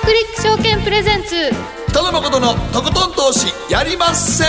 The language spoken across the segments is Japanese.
クリック証券プレゼンツ北野誠のとことん投資やりまっせ。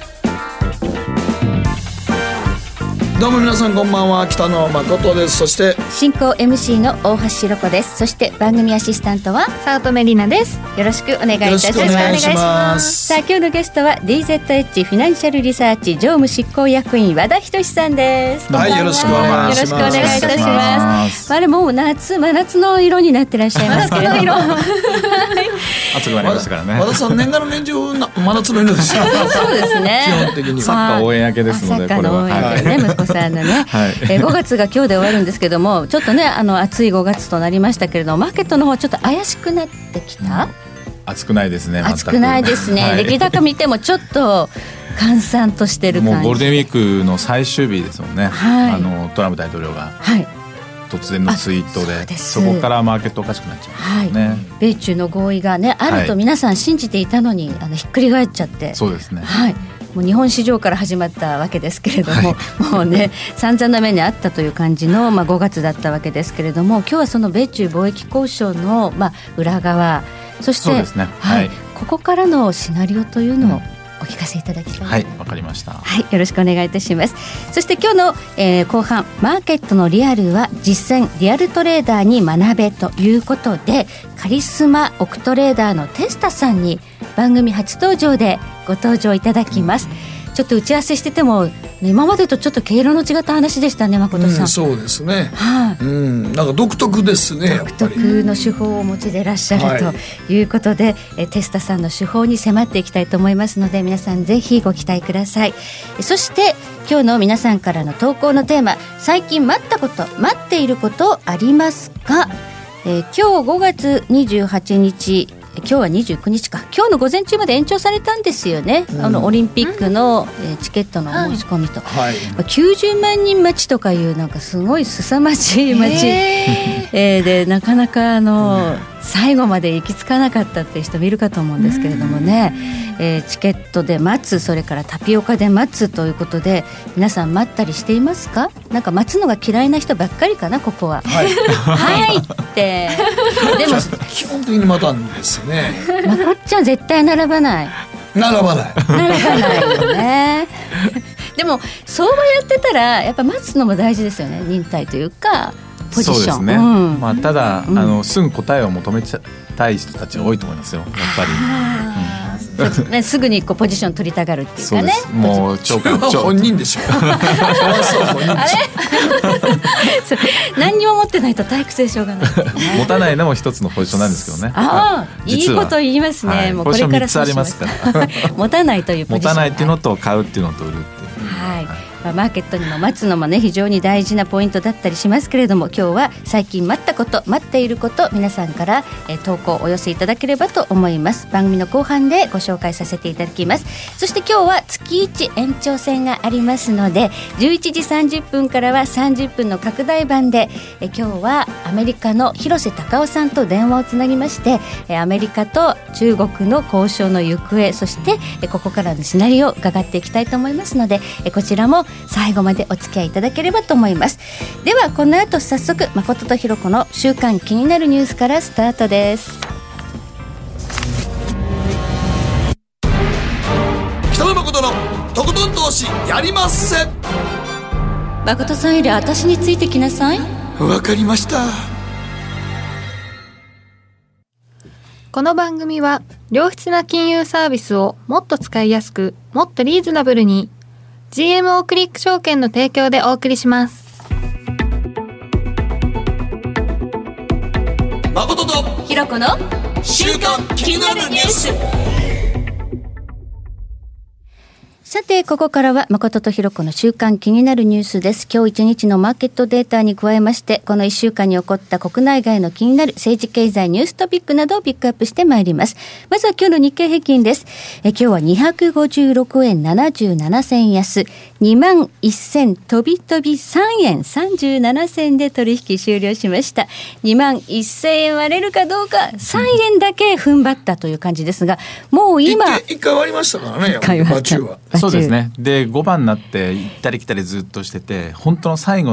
どうも皆さんこんばんは、北野誠です。そして進行 MC の大橋ひろ子です。そして番組アシスタントは早乙女里奈です。 よろしくお願いいたします。 よろしくお願いします。 さあ今日のゲストは DZH フィナンシャルリサーチ常務執行役員和田仁さんです。 はい、よろしくお願いします。 よろしくお願いいたします。あれもう真夏の色になってらっしゃいますけれども暑くなりましたからね。 和田さん年がら年中真夏の色ですよそうですね。 基本的にはサッカー応援明けですので、 サッカーの応援明けね、息子さんのね、 はい 5月が今日で終わるんですけども、ちょっとね暑い5月となりましたけれども、マーケットの方はちょっと怪しくなってきた。 暑くないですね。 暑くないですね、 はい、 出来高見てもちょっと閑散としてる感じ。 もうゴールデンウィークの最終日ですもんね、 はい、 トランプ大統領が、 はい、 突然のツイート で そこからマーケットおかしくなっちゃうんですね、はい、 米中の合意が、ね、あると皆さん信じていたのに、ひっくり返っちゃって。 そうですね、 はい、もう日本市場から始まったわけですけれども、はい、もうね散々な目にあったという感じの、5月だったわけですけれども、今日はその米中貿易交渉の、裏側、そしてそうですね、はい、 ここからのシナリオというのをお聞かせいただきたい。 はい、わかりました。 はい、よろしくお願いいたします。そして今日の、後半、マーケットのリアルは実践リアルトレーダーに学べということで、カリスマオクトレーダーのテスタさんに番組初登場でご登場いただきます。ちょっと打ち合わせしてても今までとちょっと毛色の違った話でしたね、誠さん。 そうですね、 はい、 なんか独特ですね。 独特の手法をお持ちでいらっしゃる、ということで、テスタさんの手法に迫っていきたいと思いますので、皆さんぜひご期待ください。そして今日の皆さんからの投稿のテーマ、最近待ったこと待っていることありますか。今日5月28日、今日は29日か、今日の午前中まで延長されたんですよね、オリンピックの、チケットの申し込みと、90万人待ちとかいう、なんかすごい凄まじい待ち、でなかなか最後まで行き着かなかったっていう人もいるかと思うんですけれどもね、チケットで待つ、それからタピオカで待つということで、皆さん待ったりしていますか。なんか待つのが嫌いな人ばっかりかな、ここは。はいってでも基本的に待たんですね。 まこっちゃん絶対並ばないよねでも相場やってたらやっぱ待つのも大事ですよね、忍耐というかポジション。 そうですね、ただ、すぐ答えを求めたい人たちが多いと思いますよ、やっぱり。 すぐにポジション取りたがるっていうかね。 もう本人でしょあれ何にも持ってないと退屈でしょうがない、 持たないのも一つのポジションなんですけどね。 いいこと言いますね、もうこれからポジション3つありますから持たないというポジション、 持たないっていうのと買うっていうのと売るっていう、 マーケットにも待つのもね、非常に大事なポイントだったりしますけれども、今日は最近待ったこと待っていること、皆さんから、投稿をお寄せいただければと思います。番組の後半でご紹介させていただきます。そして今日は月1延長戦がありますので、11時30分からは30分の拡大版で、今日はアメリカの広瀬隆夫さんと電話をつなぎまして、アメリカと中国の交渉の行方、そしてここからのシナリオを伺っていきたいと思いますので、こちらも最後までお付き合いいただければと思います。ではこの後早速、誠とひろ子の週刊気になるニュースからスタートです。 北野誠のとことん投資やりまっせ。 誠さんより私についてきなさい。 わかりました。 この番組は良質な金融サービスをもっと使いやすく、もっとリーズナブルに、GMO クリック証券の提供でお送りします。 誠とひろ子の週刊気になるニュース。 さてここからは誠とひろ子の週刊気になるニュースです。今日一日のマーケットデータに加えまして、この1週間に起こった国内外の気になる政治経済ニューストピックなどをピックアップしてまいります。まずは今日の日経平均です。今日は256円77銭安、21,000飛び飛び3円37銭で取引終了しました。21,000円割れるかどうか、3円だけ踏ん張ったという感じですが、もう今 1回割りましたからね、バチューは。 そうですね。で5番になって行ったり来たりずっとしてて、本当の最後の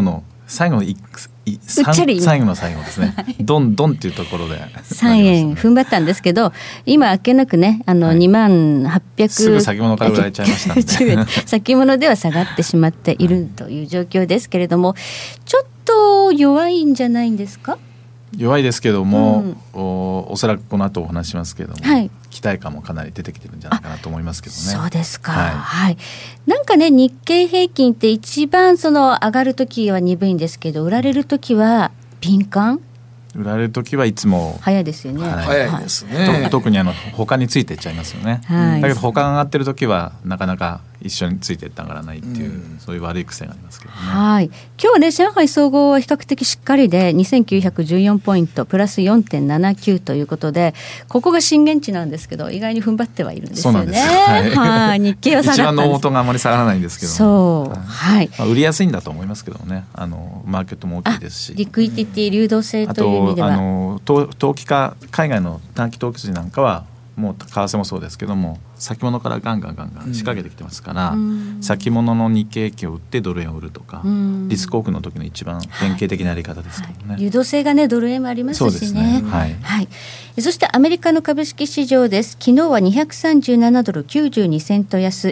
最後の最後の最後ですねドンドンっていうところで 3円踏ん張ったんですけど、今あっけなくね2万800 すぐ先物から売られちゃいましたので先物では下がってしまっているという状況ですけれども、ちょっと弱いんじゃないんですか？ 弱いですけども、おそらくこの後お話しますけれども、 はい、 期待感もかなり出てきてるんじゃないかなと思いますけどね。 そうですか、はいなんかね日経平均って一番その上がるときは鈍いんですけど、売られるときは敏感、 売られるときはいつも早いですよね、 早いですね、 特に他についていっちゃいますよね、 はい、 だけど他が上がってるときはなかなか一緒についていって上がらないっていう、そういう悪い癖がありますけどね。 はい、今日はね上海総合は比較的しっかりで2914ポイントプラス 4.79 ということで、ここが震源地なんですけど意外に踏ん張ってはいるんですよね。 そうなんですよ、 はい、日経は下がったんです。 一番の大元があまり下がらないんですけど、 そう、はい売りやすいんだと思いますけどね、マーケットも大きいですし、 リクイディティ流動性という意味では、 あと投機家海外の短期投機筋なんかはもう為替もそうですけども先物からガンガン仕掛けてきてますから、先物の日経平均を売ってドル円を売るとか、リスクオフの時の一番典型的なやり方ですけどね、 流動性がねドル円もありますしね。 そうですね、 そしてアメリカの株式市場です。昨日は237ドル92セント安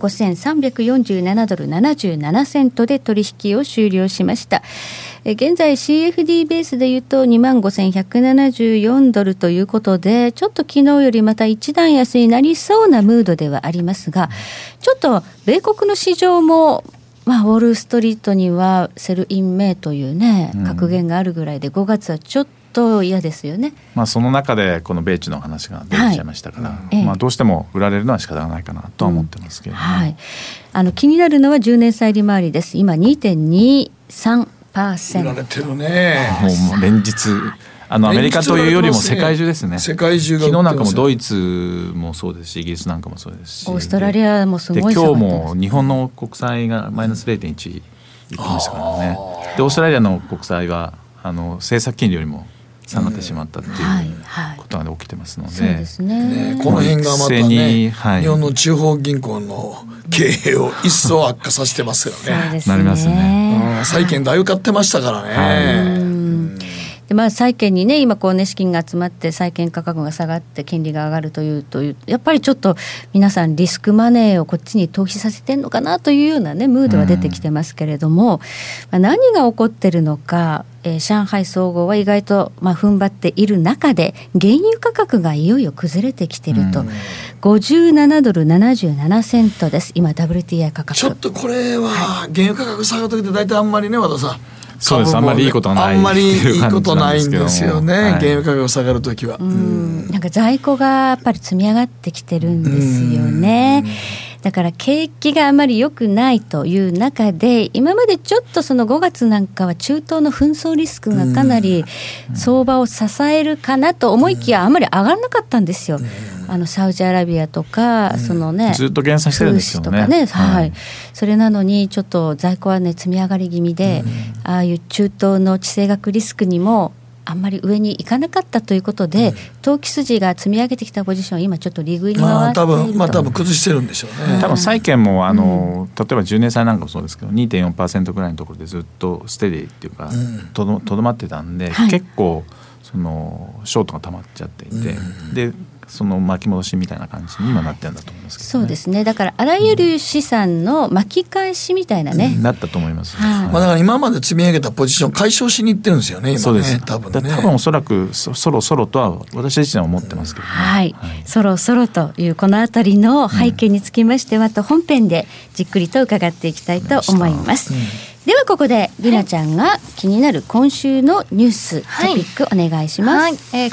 25,347 ドル77セントで取引を終了しました。現在 CFD ベースでいうと 25,174 ドルということで、ちょっと昨日よりまた一段安になりそうなムードではありますが、ちょっと米国の市場もウォールストリートにはセルインメイというね格言があるぐらいで、5月はちょっと嫌ですよね。 その中でこの米中の話が出てきちゃいましたから、どうしても売られるのは仕方がないかなとは思ってますけど、 気になるのは10年債利回りです。今 2.23%。売られてるね。 もう連日アメリカというよりも世界中ですね。 世界中が昨日なんかもドイツもそうですし、イギリスなんかもそうですし、 オーストラリアもすごいで今日も日本の国債がマイナス 0.1 いきましたからね。でオーストラリアの国債は政策金利よりも下がってしまったっていうことが起きてますので、 そうですね、 この辺がまたね、日本の地方銀行の経営を一層悪化させてますよね。 そうですね、 なりますね。 債券だいぶ買ってましたからね。 で債券にね今資金が集まって債券価格が下がって金利が上がるというやっぱりちょっと皆さんリスクマネーをこっちに投資させてんのかなというようなねムードは出てきてますけれども、何が起こってるのか、上海総合は意外と踏ん張っている中で原油価格がいよいよ崩れてきてると、57ドル77セントです今 WTI 価格。 ちょっとこれは原油価格下がるときって大体あんまりね和田さん、 そうです、あんまりいいことない、 あんまりいいことないんですよね、原油価格が下がるときは。 なんか在庫がやっぱり積み上がってきてるんですよね。だから景気があまり良くないという中で、今までちょっとその5月なんかは中東の紛争リスクがかなり相場を支えるかなと思いきやあんまり上がらなかったんですよ。サウジアラビアとかそのねずっと減産してるんですよね。 フーシとかね、それなのにちょっと在庫はね積み上がり気味で、ああいう中東の地政学リスクにもあんまり上に行かなかったということで、投機筋が積み上げてきたポジションは今ちょっと利食いに回っていると。 多分崩してるんでしょうね。 多分債券も例えば10年債なんかもそうですけど 2.4% ぐらいのところでずっとステディっていうかとどまってたんで、結構そのショートが溜まっちゃっていて、でその巻き戻しみたいな感じに今なってるんだと思いますけどね。 そうですね。だからあらゆる資産の巻き返しみたいなね、 なったと思います。 だから今まで積み上げたポジション解消しにいってるんですよね今ね。 そうです。 多分おそらくそろそろとは私自身は思ってますけどね。 そろそろというこのあたりの背景につきましてまた本編でじっくりと伺っていきたいと思います。ではここでりなちゃんが気になる今週のニュース、トピックお願いします。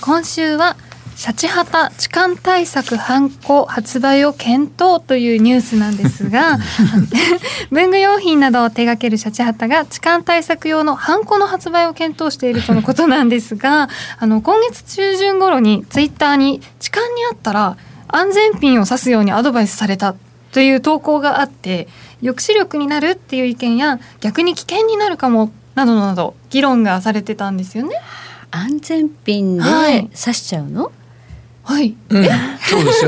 今週はシャチハタ痴漢対策ハンコ発売を検討というニュースなんですが文具用品などを手掛けるシャチハタが痴漢対策用のハンコの発売を検討しているとのことなんですが今月中旬頃にツイッターに痴漢にあったら安全ピンを刺すようにアドバイスされたという投稿があって、抑止力になるっていう意見や逆に危険になるかもなどなど議論がされてたんですよね。 安全ピンで刺しちゃうの？ そうですよ。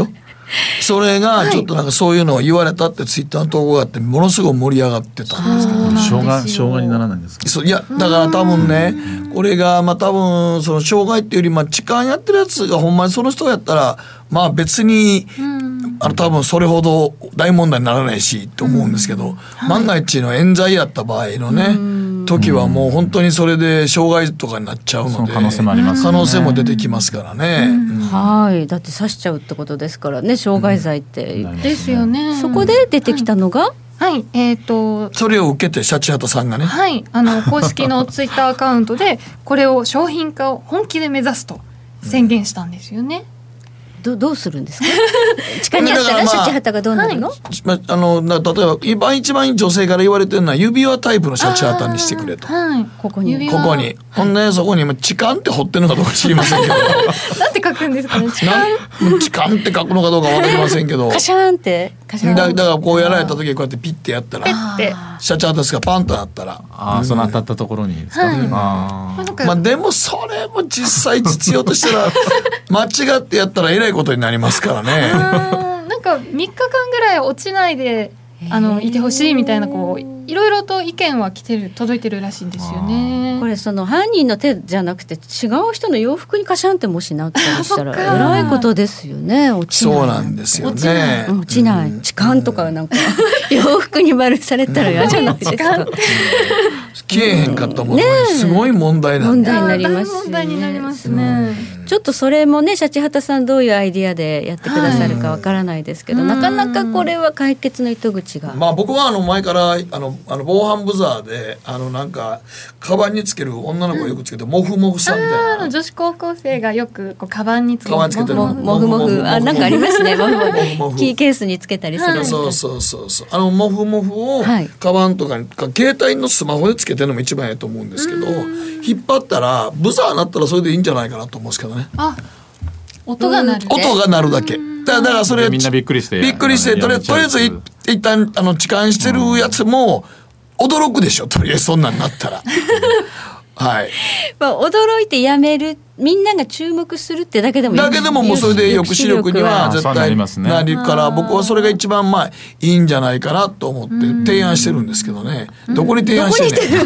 それがちょっとなんかそういうのを言われたってツイッターの投稿があってものすごい盛り上がってたんですけど、 障害にならないんですか。 そういやだから多分ねこれがまあ多分その障害っていうよりまあ痴漢やってるやつがほんまにその人やったらまあ別に多分それほど大問題にならないしと思うんですけど、万が一の冤罪やった場合のね時はもう本当にそれで障害とかになっちゃうので、 可能性もありますね。 可能性も出てきますからね。 はい、だって刺しちゃうってことですからね、傷害罪って、 ですよね。 そこで出てきたのが、 はい、 それを受けてシャチハタさんがね、 はい、公式のツイッターアカウントでこれを商品化を本気で目指すと宣言したんですよね。 どうするんですか。地下にあったらシャチハタがどうなるの？ 例えば一番女性から言われてるのは指輪タイプのシャチハタにしてくれと。 はい、 ここにほんでそこに痴漢って彫ってるのかどうか知りませんけどなんて書くんですかね。 痴漢って書くのかどうか分かりませんけどカシャーンってだからこうやられた時こうやってピッてやったらシャチハタですがパンとなったらその当たったところにですか、 まあでもそれも実際実用としたら間違ってやったらえらいことになりますからね。 なんか3日間ぐらい落ちないでいてほしいみたいなこういろいろと意見は届いてるらしいんですよね。 これその犯人の手じゃなくて違う人の洋服にカシャンってもしなったりしたらえらいことですよね。落ちない。 そうなんですよね。 落ちない。痴漢とかなんか洋服に丸されたら嫌じゃないですか。 消えへんかったもんね。すごい問題なんだ。 問題になりますね。 問題になりますね。 ちょっとそれもねシャチハタさんどういうアイディアでやってくださるかわからないですけど、なかなかこれは解決の糸口が。 まあ僕は前から防犯ブザーでなんかカバンにつける女の子がよくつけてモフモフさんみたいな。 女子高校生がよくこうカバンにつけてモフモフなんかありますね。モフモフキーケースにつけたりする。 そうモフモフをカバンとかに携帯のスマホでつけてるのも一番いいと思うんですけど、引っ張ったらブザーなったらそれでいいんじゃないかなと思うんですけどね。 音が鳴るだけ。だからそれみんなびっくりしてとりあえず一旦痴漢してるやつも驚くでしょ。とりあえずそんなんなったらはい。 驚いてやめる、みんなが注目するってだけでももうそれで抑止力には絶対なるから、僕はそれが一番いいんじゃないかなと思って提案してるんですけどね。どこに提案してんね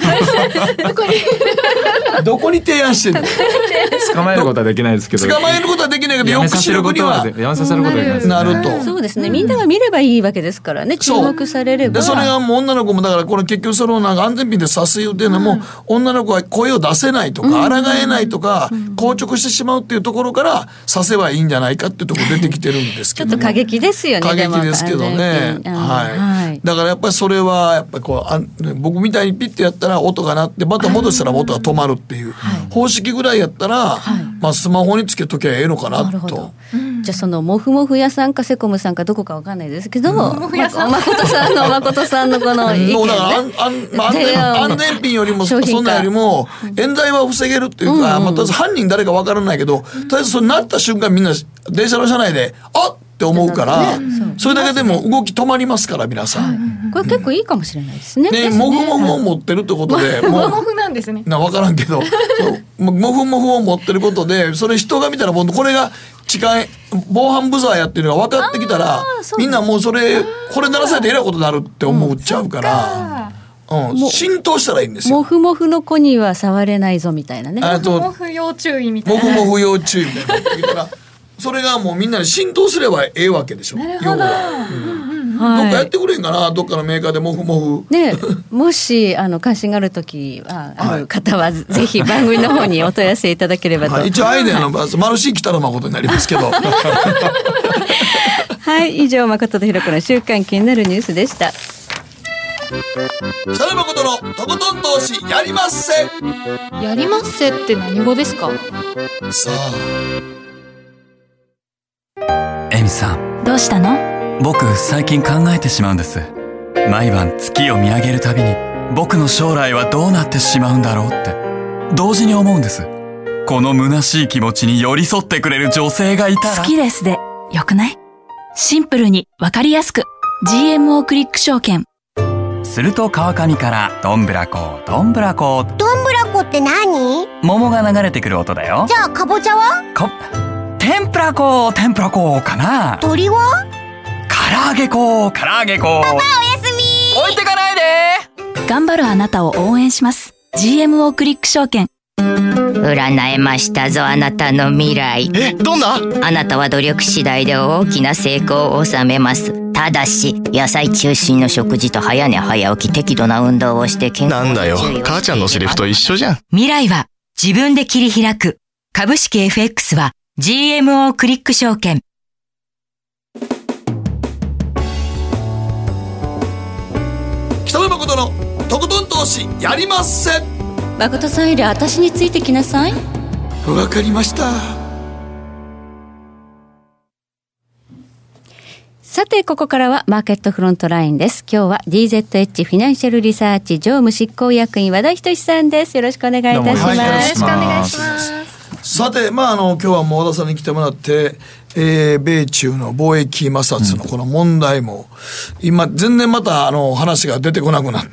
ん。どこに提案してんねん。 捕まえることはできないですけど。 捕まえることはできないけど抑止力にはやめさせることはできないですね。 なると。 そうですね。みんなが見ればいいわけですからね。注目されれば。 でそれがもう女の子もだからこれ結局そのなんか安全ピンで刺すっていうのも、女の子は声を出せないとか抗えないとか硬直してしまうっていうところから刺せばいいんじゃないかっていうところ出てきてるんですけど、 ちょっと過激ですよね。 過激ですけどね。はい。だからやっぱりそれはやっぱりこう僕みたいにピッてやったら音が鳴ってまた戻したら音が止まるっていう方式ぐらいやったら、スマホにつけときゃええのかなと。 じゃあそのモフモフ屋さんかセコムさんかどこかわかんないですけど、誠さんのこの意見ね。 もうだから安全ピンよりもそんなよりも冤罪は防げるっていうか、とりあえず犯人誰かわからないけど、とりあえずそれなった瞬間みんな電車の車内であっって思うから、それだけでも動き止まりますから皆さん。 これ結構いいかもしれないですね。 モフモフを持ってるってことで、 モフモフなんですね。 分からんけど、モフモフを持ってることで、それ人が見たらこれが防犯ブザーやっていうのが分かってきたら、みんなもうこれ鳴らされてえらいことになるって思っちゃうから。浸透したらいいんですよ。 モフモフの子には触れないぞみたいなね。 モフモフ要注意みたいな。 モフモフ要注意みたいなって言ったら、それがもうみんなに浸透すればええわけでしょ。 なるほど。 どっかやってくれんかな、どっかのメーカーでモフモフ。 ね、もし関心がある時ある方はぜひ番組の方にお問い合わせいただければと。 一応アイデアのマルシー北野誠になりますけど。 はい、以上誠とひろ子の週刊気になるニュースでした。 北野誠のとことん投資やりまっせ。 やりまっせって何語ですか？ さあ、エミさん、 どうしたの？ 僕最近考えてしまうんです。毎晩月を見上げるたびに僕の将来はどうなってしまうんだろうって同時に思うんです。この虚しい気持ちに寄り添ってくれる女性がいたら。 好きですでよくない？シンプルにわかりやすく GMO クリック証券。 すると川上からどんぶらこどんぶらこ。 どんぶらこって何？ 桃が流れてくる音だよ。 じゃあかぼちゃは？ 天ぷら粉かな。 鳥は？ 唐揚げ粉。パパおやすみ。 置いてかないで。 頑張るあなたを応援します。 GMO クリック証券。 占えましたぞ、あなたの未来。 どんな？ あなたは努力次第で大きな成功を収めます。ただし野菜中心の食事と早寝早起き、適度な運動をして健康に注意をして。 なんだよ、母ちゃんのセリフと一緒じゃん。 未来は自分で切り開く。株式 FX は GMO クリック証券。 北野誠のとことん投資やりまっせ。 誠さんより私についてきなさい。 わかりました。 さてここからはマーケットフロントラインです。今日は DZH フィナンシャルリサーチ常務執行役員和田仁さんです。よろしくお願いいたします。 よろしくお願いします。 さて、今日はもう和田さんに来てもらって、米中の貿易摩擦のこの問題も、今全然また話が出てこなくなって、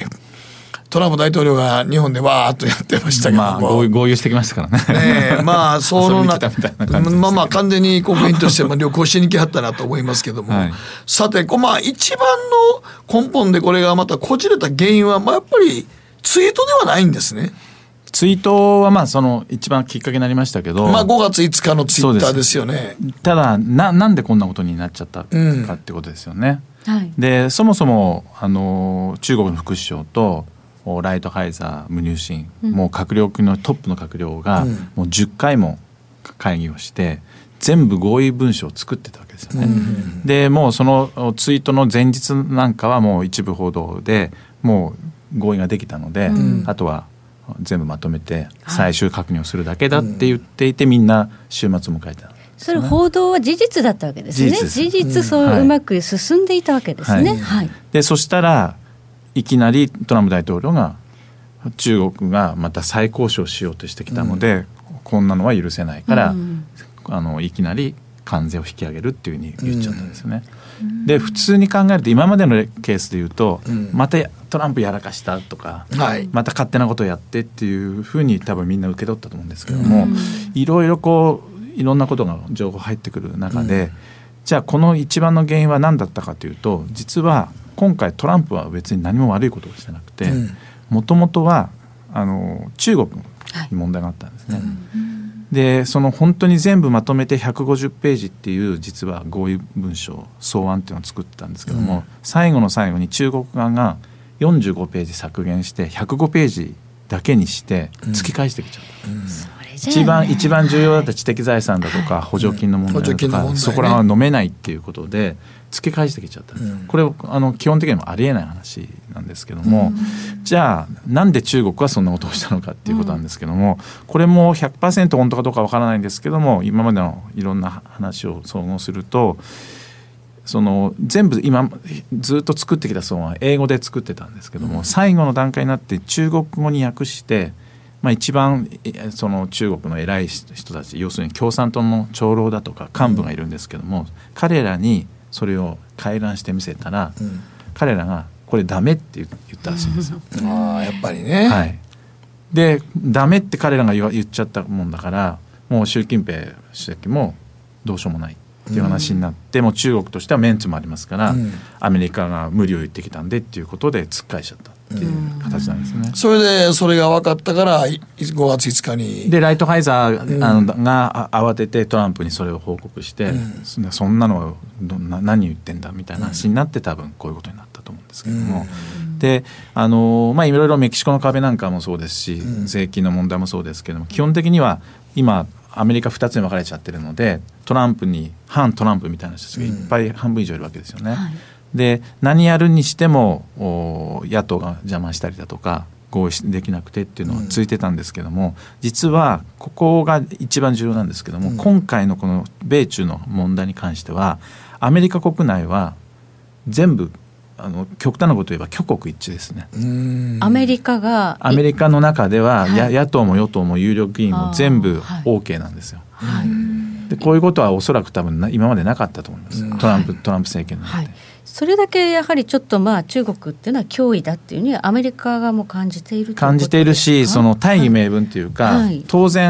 トランプ大統領が日本でわーっとやってましたけども、 合流してきましたからね。 その中完全に国民として旅行しに来はったなと思いますけども、はい、さて一番の根本でこれがまたこじれた原因は、やっぱりツイートではないんですね。 ツイートはその一番きっかけになりましたけど、 5月5日のツイッターですよね。 ただなんでこんなことになっちゃったかってことですよね。はい、でそもそも中国の副首相とライトハイザー、ムニューシン、もう閣僚のトップの閣僚がもう10回も会議をして全部合意文書を作ってたわけですよね。でもうそのツイートの前日なんかはもう一部報道でもう合意ができたので、あとは全部まとめて最終確認をするだけだって言っていて、みんな週末を迎えた、ね。 それ報道は事実だったわけですね。事実そううまく進んでいたわけですね。 でそしたらいきなりトランプ大統領が中国がまた再交渉しようとしてきたので、こんなのは許せないから、いきなり関税を引き上げるっていうふうに言っちゃったんですよね。で普通に考えると今までのケースで言うと、またトランプやらかしたとか、また勝手なことをやってっていうふうに多分みんな受け取ったと思うんですけども、いろいろいろんなことが情報入ってくる中で、じゃあこの一番の原因は何だったかというと、実は今回トランプは別に何も悪いことをしてなくて、もともとは中国に問題があったんですね。でその本当に全部まとめて150ページっていう実は合意文書草案っていうのを作ってたんですけども、最後の最後に中国側が45ページ削減して105ページだけにして突き返してきちゃった、一番重要だった知的財産だとか補助金の問題だとか、そこらは飲めないっていうことで突き返してきちゃったんですよ。これ基本的にもありえない話なんですけども、じゃあなんで中国はそんなことをしたのかっていうことなんですけども、これも 100% 本当かどうかわからないんですけども、今までのいろんな話を総合すると、全部今ずっと作ってきた草案は英語で作ってたんですけども、最後の段階になって中国語に訳して、一番その中国の偉い人たち、要するに共産党の長老だとか幹部がいるんですけども、彼らにそれを回覧してみせたら、彼らがこれダメって言ったらしいんですよ。 やっぱりね、 はい、でダメって彼らが言っちゃったもんだから、もう習近平主席もどうしようもないっていう話になって、もう中国としてはメンツもありますから、アメリカが無理を言ってきたんでっていうことで突っ返しちゃったっていう形なんですね。 それでそれが分かったから5月5日にでライトハイザーが慌ててトランプにそれを報告して、そんなの何言ってんだみたいな話になって、多分こういうことになったと思うんですけども、でいろいろメキシコの壁なんかもそうですし、税金の問題もそうですけども、基本的には今アメリカ2つに分かれちゃってるので、トランプに反トランプみたいな人たちがいっぱい半分以上いるわけですよね。で何やるにしても野党が邪魔したりだとか合意できなくてっていうのはついてたんですけども、実はここが一番重要なんですけども、今回のこの米中の問題に関してはアメリカ国内は全部極端なことを言えば挙国一致ですね。 アメリカの中では、野党も与党も有力議員も全部 OK なんですよ。でこういうことはおそらく多分今までなかったと思います、トランプ政権なので。 それだけやはりちょっと中国っていうのは脅威だっていうにアメリカ側も感じているし、その大義名分っていうか、当然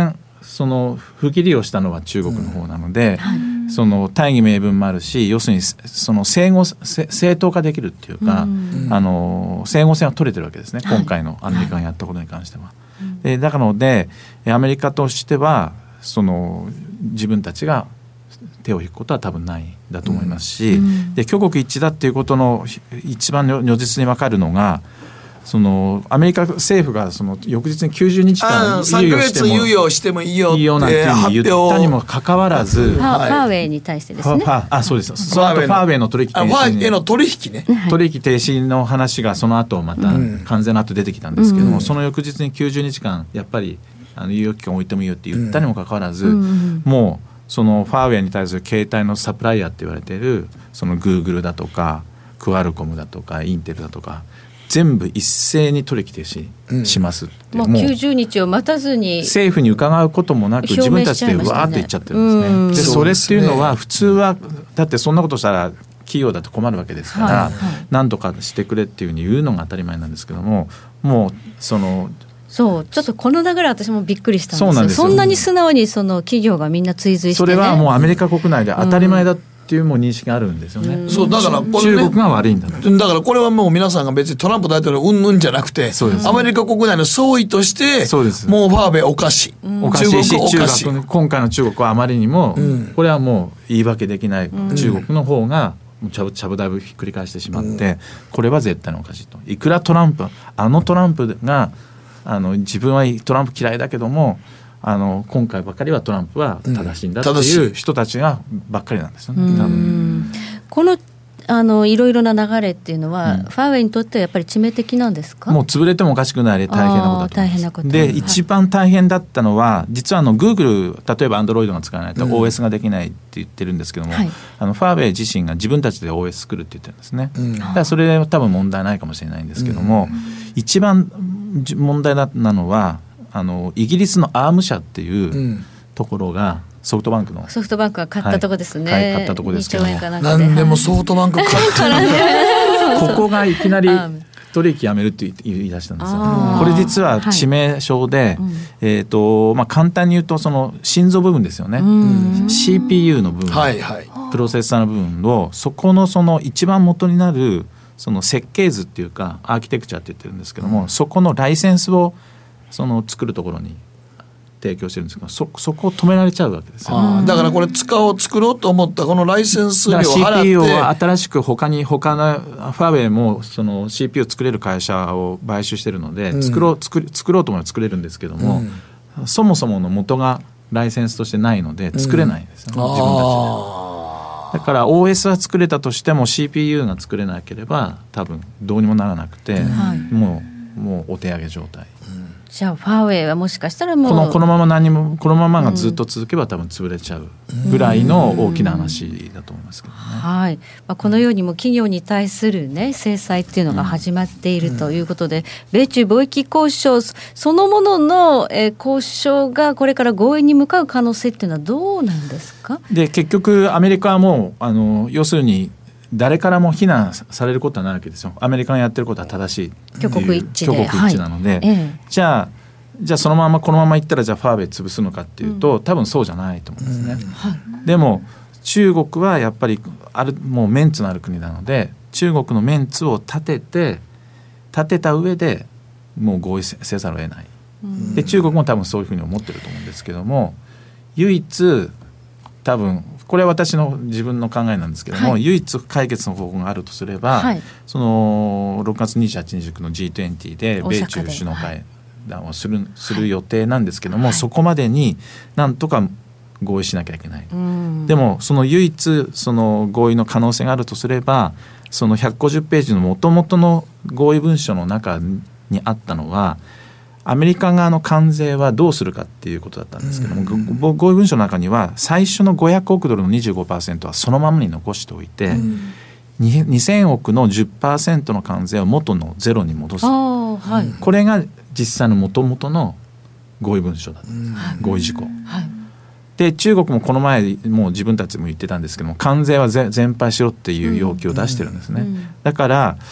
その不義理をしたのは中国の方なので、その大義名分もあるし、要するにその正当化できるっていうか、整合性は取れてるわけですね、今回のアメリカがやったことに関しては。だからのでアメリカとしてはその自分たちが手を引くことは多分ないんだと思いますし、で挙国一致だっていうことの一番如実に分かるのが、そのアメリカ政府がその翌日に90日間 3ヶ月猶予してもいいよなんていうふうに言ったにもかかわらず、 ファーウェイに対してですね。 そうです。その後ファーウェイの取引停止、 ファーウェイの取引ね、 取引停止の話がその後また完全な後出てきたんですけども、その翌日に90日間やっぱり猶予期間置いてもいいよって言ったにもかかわらず、もうそのファーウェイに対する携帯のサプライヤーって言われているそのグーグルだとかクアルコムだとかインテルだとか全部一斉に取引停止しますって、 もう90日を待たずに政府に伺うこともなく自分たちでわーって言っちゃってるんですね。でそれっていうのは普通はだってそんなことしたら企業だと困るわけですから、何とかしてくれっていうふうに言うのが当たり前なんですけども、もうそうちょっとこの流れ私もびっくりしたんですよ。 そうなんですよ。 そんなに素直にその企業がみんな追随して、ね、 それはもうアメリカ国内で当たり前だっていうもう認識があるんですよね。 そうだからこれ、ね、 中国が悪いんだと。 だからこれはもう皆さんが別にトランプ大統領うんぬんじゃなくて、アメリカ国内の総意としてもうファーウェイおかしい、 おかしいし今回の中国はあまりにも、これはもう言い訳できない、中国の方がちゃぶ台をひっくり返してしまって、これは絶対におかしいと。いくらトランプが自分はトランプ嫌いだけども今回ばかりはトランプは正しいんだっていう人たちがばっかりなんですよね。多分このいろいろな流れっていうのは、ファーウェイにとってはやっぱり致命的なんですか？ もう潰れてもおかしくない大変なことだと思います。で、一番大変だったのは実はGoogle、例えば Android が使わないと OS ができないって言ってるんですけども、ファーウェイ自身が自分たちで OS 作るって言ってるんですね。だからそれは多分問題ないかもしれないんですけども、一番問題なのはイギリスのアーム社っていうところが、ソフトバンクが買ったとこですね。 買ったとこですけど、 何でもソフトバンク買ってるここがいきなり取引やめるって言い出したんですよ。これ実は致命傷で、簡単に言うとその心臓部分ですよね。CPU の部分、プロセッサーの部分をその一番元になるその設計図っていうかアーキテクチャって言ってるんですけども、そこのライセンスを作るところに提供してるんですけど、そこを止められちゃうわけですよ。 だからこれ作ろうと思ったこのライセンス料を払って CPU を新しく他のファーウェイもその CPU を作れる会社を買収してるので、作ろうと思えば作れるんですけども、そもそもの元がライセンスとしてないので作れないんですよ、自分たちで。だから OS は作れたとしても CPU が作れなければ多分どうにもならなくて、もうお手上げ状態。 じゃあファーウェイはもしかしたらもうこのままがずっと続けば多分潰れちゃうぐらいの大きな話だと思いますけどね。 このようにも企業に対する、制裁っていうのが始まっているということで、米中貿易交渉そのものの、交渉がこれから合意に向かう可能性っていうのはどうなんですか？ で結局アメリカはもう要するに誰からも非難されることはないわけですよ。アメリカがやってることは正しいっていう挙国一致なので、じゃあこのままいったらじゃあファーウェイ潰すのかっていうと、多分そうじゃないと思うんですね。でも中国はやっぱりもうメンツのある国なので、中国のメンツを立てた上でもう合意せざるを得ない。で中国も多分そういうふうに思ってると思うんですけども、唯一多分これは私の自分の考えなんですけども、唯一解決の方法があるとすれば、その6月28、29の G20 で米中首脳会談をする予定なんですけども、そこまでになんとか合意しなきゃいけない。でもその唯一その合意の可能性があるとすれば、その150ページの元々の合意文書の中にあったのは、アメリカ側の関税はどうするかっていうことだったんですけども、合意文書の中には最初の500億ドルの 25% はそのままに残しておいて、2000億の 10% の関税を元のゼロに戻す、これが実際の元々の合意文書だった、合意事項、で中国もこの前もう自分たちも言ってたんですけども、関税は全廃しろっていう要求を出してるんですね。だから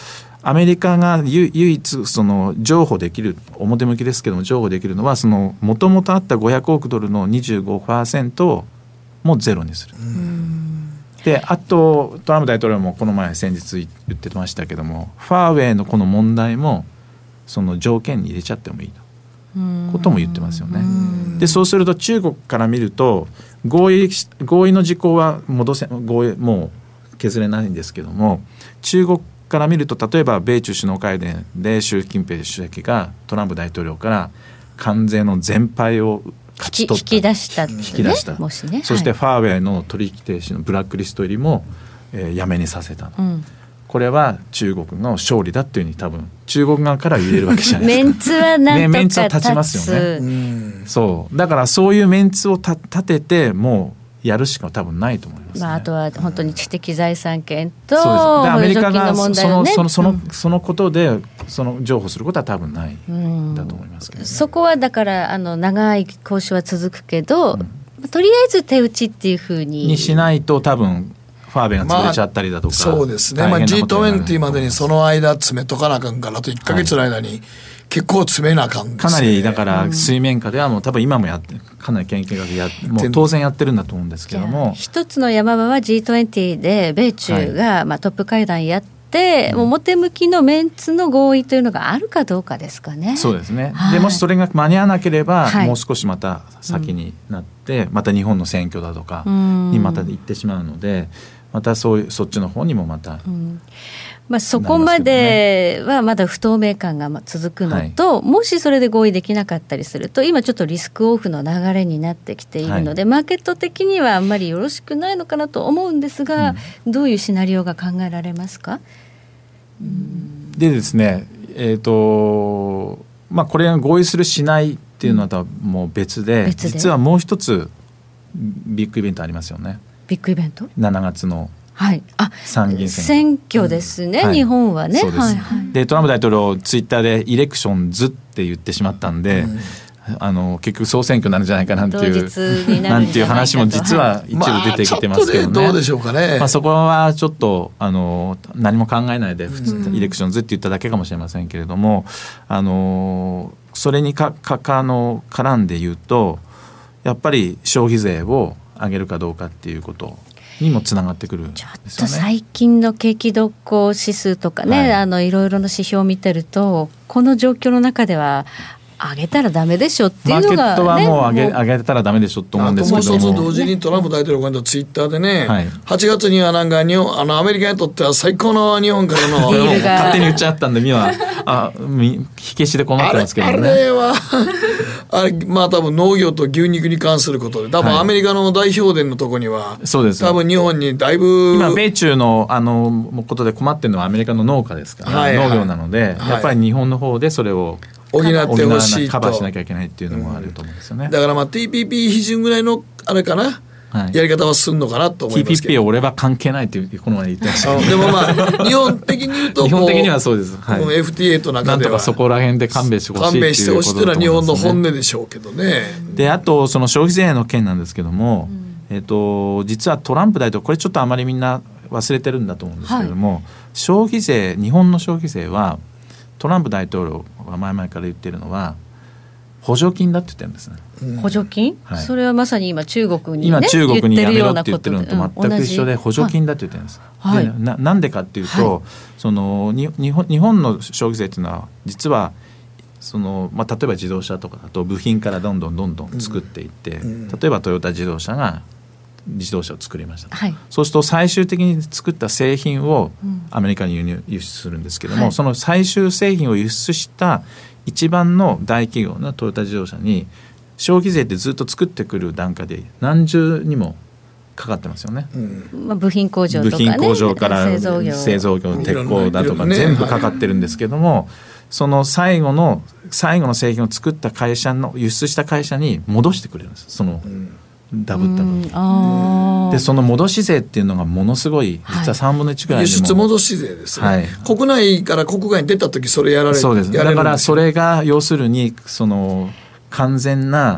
アメリカが唯一その譲歩できる、表向きですけども譲歩できるのは、そのもともとあった500億ドルの 25% をもうゼロにする。であとトランプ大統領もこの前先日言ってましたけども、ファーウェイのこの問題もその条件に入れちゃってもいいとことも言ってますよね。でそうすると中国から見ると合意の事項は合意もう削れないんですけども、中国から見ると例えば米中首脳会談で習近平主席がトランプ大統領から関税の全廃を勝ち取った、 引き出したもしね、 そしてファーウェイの取引停止のブラックリスト入りも、やめにさせた、これは中国の勝利だっていうふうに多分中国側から言えるわけじゃないですか。 メンツはなんとかメンツは立ちますよね。そうだからそういうメンツを立ててもうやるしか多分ないと思いますね。 あとは本当に知的財産権とアメリカが補助金の問題をね、 そのことでその譲歩することは多分ないだと思いますけど、ね、 そこはだから長い交渉は続くけど、とりあえず手打ちっていうふうにしないと多分ファーウェイが潰れちゃったりだとか、 そうですね、G20 までにその間詰めとかなあかんから、あと1ヶ月の間に結構詰めなあかんです、ね、 かなりだから水面下ではもう多分今もやってかなり研究がもう当然やってるんだと思うんですけども、 一つの山場は G20 で米中がトップ会談やって、もう表向きのメンツの合意というのがあるかどうかですかね。 そうですね、でもしそれが間に合わなければ、もう少しまた先になって、また日本の選挙だとかにまた行ってしまうので、またそっちの方にもまた、 そこまではまだ不透明感が続くのと、もしそれで合意できなかったりすると、今ちょっとリスクオフの流れになってきているので、マーケット的にはあんまりよろしくないのかなと思うんですが、どういうシナリオが考えられますか？ でですね、これが合意するしないっていうのはもう別で、実はもう一つビッグイベントありますよね。 ビッグイベント 7月の参議院選挙ですね、日本はね。 そうです、でトランプ大統領ツイッターでイレクションズって言ってしまったんで、結局総選挙になるんじゃないかなんていうなんていう話も実は一部出てきてますけどね、 どうでしょうかね。 そこはちょっと何も考えないで普通イレクションズって言っただけかもしれませんけれども、それに絡んで言うと、やっぱり消費税を上げるかどうかっていうことにもつながってくるんですよね。 ちょっと最近の景気動向指数とかね、いろいろな指標を見てると、この状況の中では上げたらダメでしょっていうのが、ね、 マーケットはもう上げたらダメでしょと思うんですけども、 もう一つ同時にトランプ大統領がツイッターでね、8月にはなんかアメリカにとっては最高の日本からの勝手に言っちゃったんで、火消しで困ってますけどね。 あれは多分農業と牛肉に関することで、多分アメリカの代表伝のとこには、 そうです、 多分日本にだいぶ今米中のことで困ってるのはアメリカの農家ですから、農業なので、やっぱり日本の方でそれを補ってほしいと、 カバーしなきゃいけないっていうのもあると思うんですよね。 だから TPP 批准ぐらいのあれかな、やり方はするのかなと思いますけど、 TPP は俺は関係ないってこの前言ってましたけど、 でも日本的に言うと日本的にはそうです、 FTA と中ではなんとかそこら辺で勘弁してほしいっていうことだと思うんですね。 のは日本の本音でしょうけどね。 であとその消費税の件なんですけども、実はトランプ大統領、これちょっとあまりみんな忘れてるんだと思うんですけども、消費税、日本の消費税はトランプ大統領が前々から言ってるのは補助金だって言ってるんですね。 補助金、それはまさに今中国に、 今中国にやめろって言ってるのと全く一緒で、補助金だって言ってるんです、でなんでかっていうと、その日本の消費税っていうのは実は例えば自動車とかだと部品からどんどん作っていって、例えばトヨタ自動車が自動車を作りました、そうすると最終的に作った製品をアメリカに輸出するんですけども、その最終製品を輸出した一番の大企業のトヨタ自動車に消費税ってずっと作ってくる段階で何重にもかかってますよね、 部品工場とかね、 部品工場から製造業鉄鋼だとか全部かかってるんですけども、その最後の製品を作った会社の輸出した会社に戻してくれるんです、そのダブった分で、その戻し税っていうのがものすごい、実は3分の1ぐらいでも、輸出戻し税ですね、国内から国外に出た時それやられる。 そうです。だからそれが要するにその完全な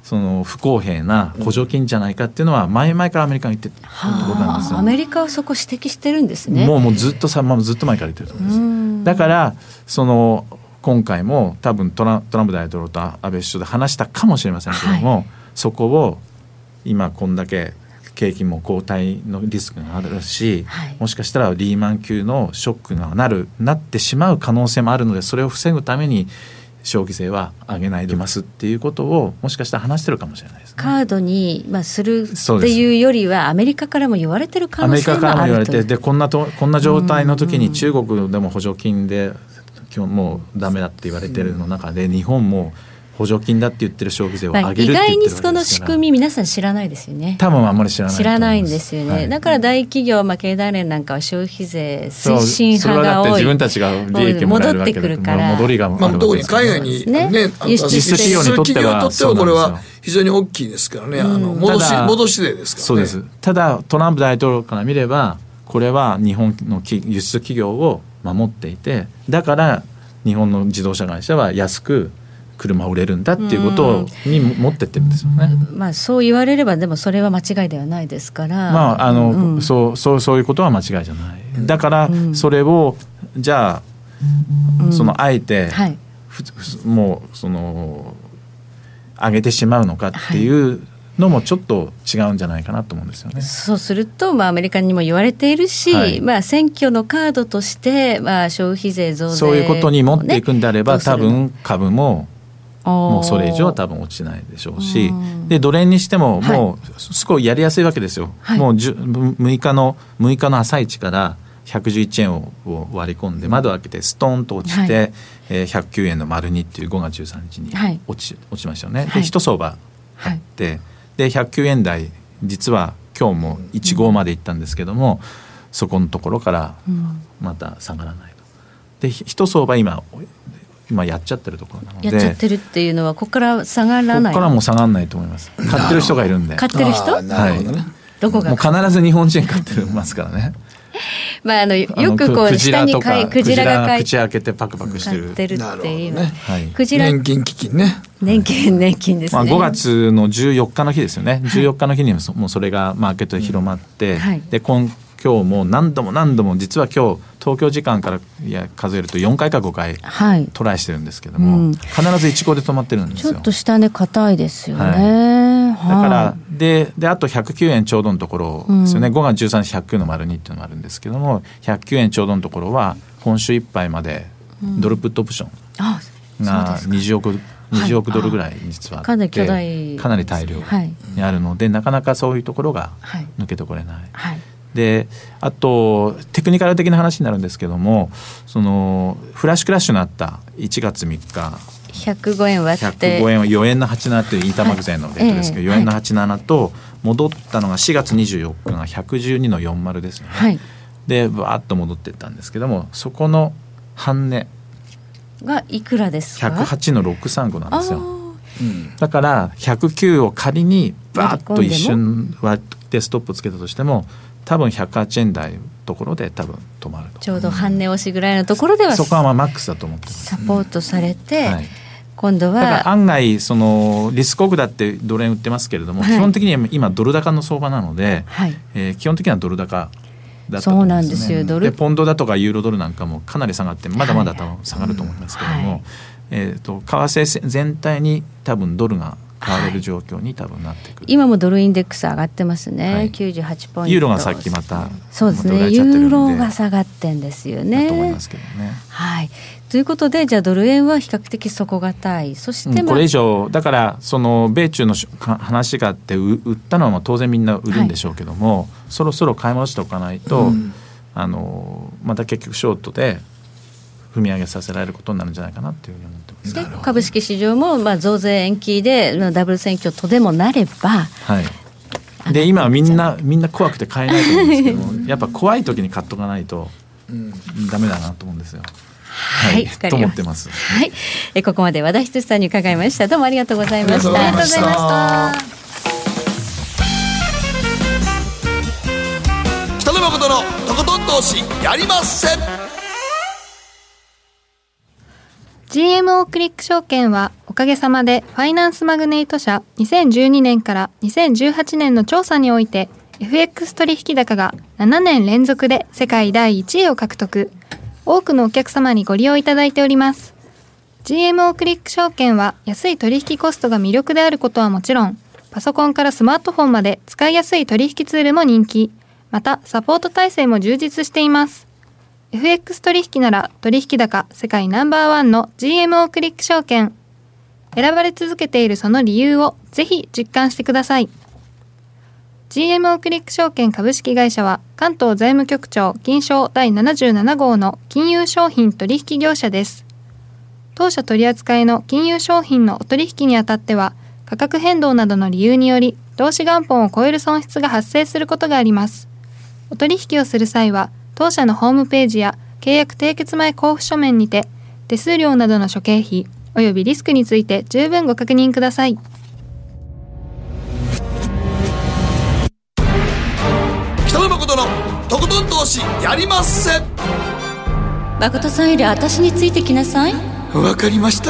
その不公平な補助金じゃないかっていうのは前々からアメリカが言ってるところなんですよ。 アメリカはそこ指摘してるんですね。 もうずっとずっと前から言ってると思うんです。だからその今回も多分トランプ大統領と安倍首相で話したかもしれませんけども、はい、そこを今こんだけ景気も後退のリスクがあるし、はい、もしかしたらリーマン級のショックがなってしまう可能性もあるので、それを防ぐために消費税は上げないでますっていうことをもしかしたら話してるかもしれないですね。 カードに、するっていうよりはアメリカからも言われてる可能性もあると。アメリカからも言われて、でこんな状態の時に中国でも補助金でもうダメだって言われてるの中で、日本も補助金だって言ってる消費税を上げるって言ってるわけですから、 意外にその仕組み皆さん知らないですよね。 多分あんまり知らないんですよね、はい、だから大企業、経団連なんかは消費税推進派が多い。それはだって自分たちが利益をもらえるわけで、 戻ってくるから戻りがあるわけです。 特に海外に、 輸出企業にとってはこれは非常に大きいですからね、戻し税ですからね。 そうです。ただトランプ大統領から見ればこれは日本の輸出企業を守っていて、だから日本の自動車会社は安く車を売れるんだっていうことに持ってってるんですよね。 そう言われればでもそれは間違いではないですから、 そういうことは間違いじゃない。だからそれをじゃあそのあえて、はい、もうその上げてしまうのかっていうのもちょっと違うんじゃないかなと思うんですよね。 そうすると、アメリカにも言われているし、はい、選挙のカードとして、消費税増税、 そういうことに持っていくんであれば、多分株ももうそれ以上は多分落ちないでしょうし、でドル円にしてももうすごいやりやすいわけですよ、はい、もう6日の朝一から111円を割り込んで窓を開けてストーンと落ちて、はい、109円の丸2っていう5月13日に落ちましたよね、はい、で一相場あって、はい、で109円台実は今日も15までいったんですけども、そこのところからまた下がらないと。で一相場今やっちゃってるところなので、 やっちゃってるっていうのはここから下がらない、 ここからもう下がらないと思います。買ってる人がいるんで。 買ってる人、 なるほどね、 はい、どこがもう必ず日本人買ってますからねよくこう下にクジラが口開けてパクパクしてる買ってるっていう、 ね、はい、クジラ年金基金ね、 年金ですね、 5月の14日の日ですよね、14日の日にもうそれがマーケットで広まって、はい、で今日も何度も実は今日東京時間から数えると4回か5回トライしてるんですけども、必ず1号で止まってるんですよ。 ちょっと下値硬いですよね、 はい、だからであと109円ちょうどのところですよね、5月13日109の丸2っていうのがあるんですけども、109円ちょうどのところは今週いっぱいまでドルプットオプションが20億ドルぐらい実はあって、 かなり巨大、 かなり大量にあるので、なかなかそういうところが抜けてこれない、はい、であとテクニカル的な話になるんですけども、そのフラッシュクラッシュのあった1月3日 105円割って 105円は4円の87というインターマグゼンのレートですけど、4円の87と戻ったのが4月24日が112の40ですよね、はい、でバーッと戻っていったんですけども、そこの半値がいくらですか ？108の635なんですよ、だから109を仮にバーッと一瞬割ってストップつけたとしても多分108円台のところで多分止まると、 ちょうど半値押しぐらいのところではそこはマックスだと思ってます。 サポートされて、はい、今度はだから案外そのリスクオフだってドル円売ってますけれども、はい、基本的には今ドル高の相場なので、はい、基本的にはドル高だったと思うんですね。そうなんですよ。でポンドだとかユーロドルなんかもかなり下がってまだまだ多分下がると思いますけども、はい、為替全体に多分ドルが買われる状況に多分なってくる、 今もドルインデックス上がってますね、はい、98ポイント。 ユーロがさっきまたそうですね、ユーロが下がってんですよねだと思いますけどね、 はい、ということでじゃあドル円は比較的底堅い。そして、 これ以上だからその米中の話があって売ったのは当然みんな売るんでしょうけども、はい、そろそろ買い戻しておかないと、また結局ショートで踏み上げさせられることになるんじゃないかなっていうふうに思ってます。 で株式市場も増税延期でダブル選挙とでもなれば、はい、 で今はみんな怖くて買えないと思うんですけどもやっぱ怖い時に買っとかないとダメだなと思うんですよ。 はい、 と思ってます。 はい、ここまで和田仁さんに伺いました。どうもありがとうございました。 ありがとうございました。北野誠のとことん投資やりません。 GMO クリック証券はおかげさまでファイナンスマグネイト社2012年から2018年の調査において FX 取引高が7年連続で世界第1位を獲得。多くのお客様にご利用いただいております。GMO クリック証券は安い取引コストが魅力であることはもちろん、パソコンからスマートフォンまで使いやすい取引ツールも人気。またサポート体制も充実しています。FX 取引なら取引高世界ナンバー1の GMO クリック証券。選ばれ続けているその理由をぜひ実感してください。GMO クリック証券株式会社は関東財務局長金商第77号の金融商品取引業者です。当社取扱いの金融商品のお取引にあたっては価格変動などの理由により投資元本を超える損失が発生することがあります。お取引をする際は当社のホームページや契約締結前交付書面にて手数料などの諸経費およびリスクについて十分ご確認ください。 北野誠のとことん投資やりまっせ。 誠さんより私についてきなさい。 わかりました。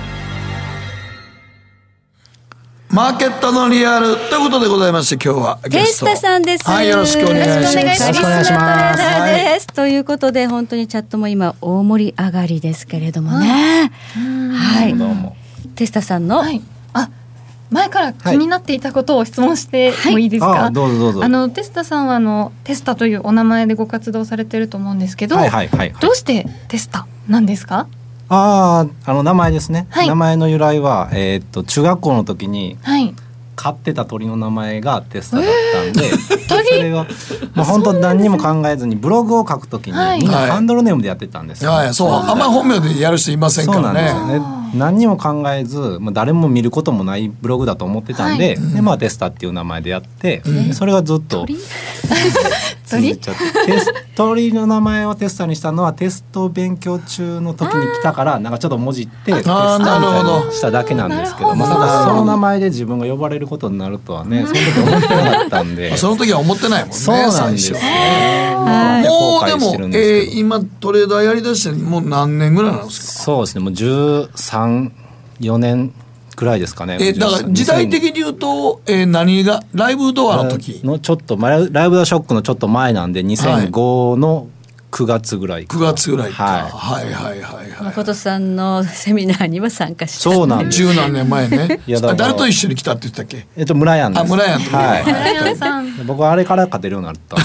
マーケットのリアルということでございまして、今日はゲストテスタさんです。 はい、よろしくお願いします。 よろしくお願いします。 はい、 ということで本当にチャットも今大盛り上がりですけれどもね。はい。 どうも。 テスタさんの、 はい、前から気になっていたことを質問してもいいですか？ はい、どうぞどうぞ。 テスタさんはテスタというお名前でご活動されていると思うんですけど、 はいはいはいはい、 どうしてテスタなんですか？ 名前ですね、 はい、 名前の由来は、中学校の時にはい飼ってた鳥の名前がテスタだったんで、それが本当何にも考えずにブログを書くときに、みんなハンドルネームでやってたんですよ、ね。 そう、あんまり本名でやる人いませんからね。 そうなんですよね。何にも考えず、誰も見ることもないブログだと思ってたんで、でテスタっていう名前でやって、それがずっと続いちゃって鳥の名前をテスタにしたのはテスト勉強中の時に来たからなんかちょっともじってテスタみたいにしただけなんですけど、まさかその名前で自分が呼ばれることになるとはね、その時思ってなかったんでその時は思ってないもんね。 そうなんですよね。 もうでも、今トレーダーやりだしてもう何年ぐらいなんですか？ そうですね、もう13、4年くらいですかね。 だから時代的に言うと、何がライブドアの時のちょっとライブドアショックのちょっと前なんで2005の9月ぐらいか。 9月ぐらいか、 はい誠さんのセミナーには参加して、 そうなんです。 十何年前ね。 いやだから誰と一緒に来たって言ったっけ？ 村屋です。 村屋の時、 村屋さん僕はあれから勝てるようになった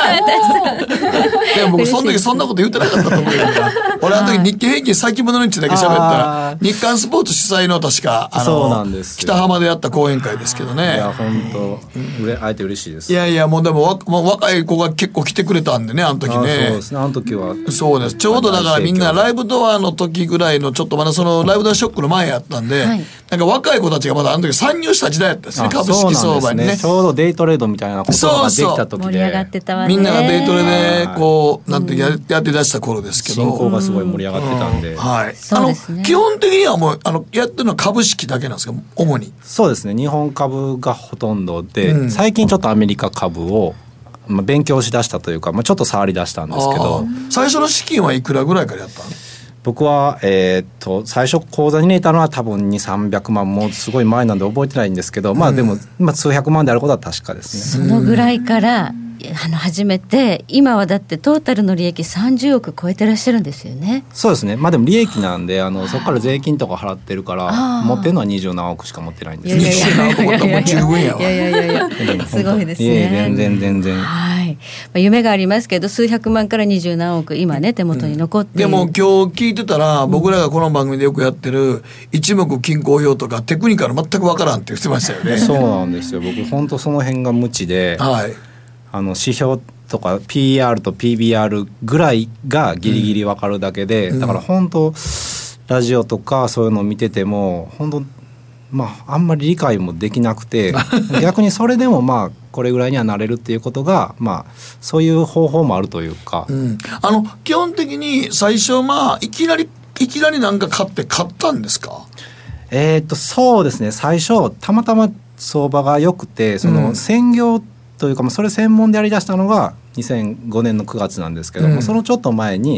でも僕その時そんなこと言ってなかったと思うよ俺あの時日経平均先物についてだけ喋ったら日刊スポーツ主催の確かそうなんです北浜でやった講演会ですけどね。 いや本当会えて嬉しいです。 いやもうでも若い子が結構来てくれたんでね、あの時ね。 そうですね、あの時はそうです。ちょうどだからみんなライブドアの時ぐらいのちょっとまだそのライブドアショックの前やったんで、なんか若い子たちがまだあの時参入した時代やったんですね、株式相場にね。 ちょうどデイトレードみたいなことができた時で盛り上がってたわね。 みんながデイトレでこうなんてやって出した頃ですけど、 進行がすごい盛り上がってたんで、 基本的にはもうやってるのは株式だけなんですか、主に？ そうですね、日本株がほとんどで、最近ちょっとアメリカ株を勉強しだしたというか、ちょっと触り出したんですけど。 最初の資金はいくらぐらいからやったの？ 僕は、最初口座に入れたのは多分200、300万、もうすごい前なんで覚えてないんですけど、でも、数百万であることは確かですね。そのぐらいから始めて、今はだってトータルの利益30億超えてらっしゃるんですよね。 そうですね、でも利益なんでそこから税金とか払ってるから持ってるのは20何億しか持ってないんですけど、 20何億持ったらもう十分やわ。 いやすごいですね。 全然、 はい。夢がありますけど、数百万から20何億今ね手元に残っている。 でも今日聞いてたら、僕らがこの番組でよくやってる一目均衡表とかテクニカル全く分からんって言ってましたよね。 そうなんですよ、僕本当その辺が無知で、指標とか PER と PBR ぐらいがギリギリ分かるだけで、だから本当ラジオとかそういうのを見てても本当あんまり理解もできなくて逆にそれでもこれぐらいにはなれるっていうことがそういう方法もあるというか、 基本的に最初いきなりなんか買ったんですか？ そうですね、最初たまたま相場が良くて、その専業というかそれ専門でやりだしたのが2005年の9月なんですけども、そのちょっと前に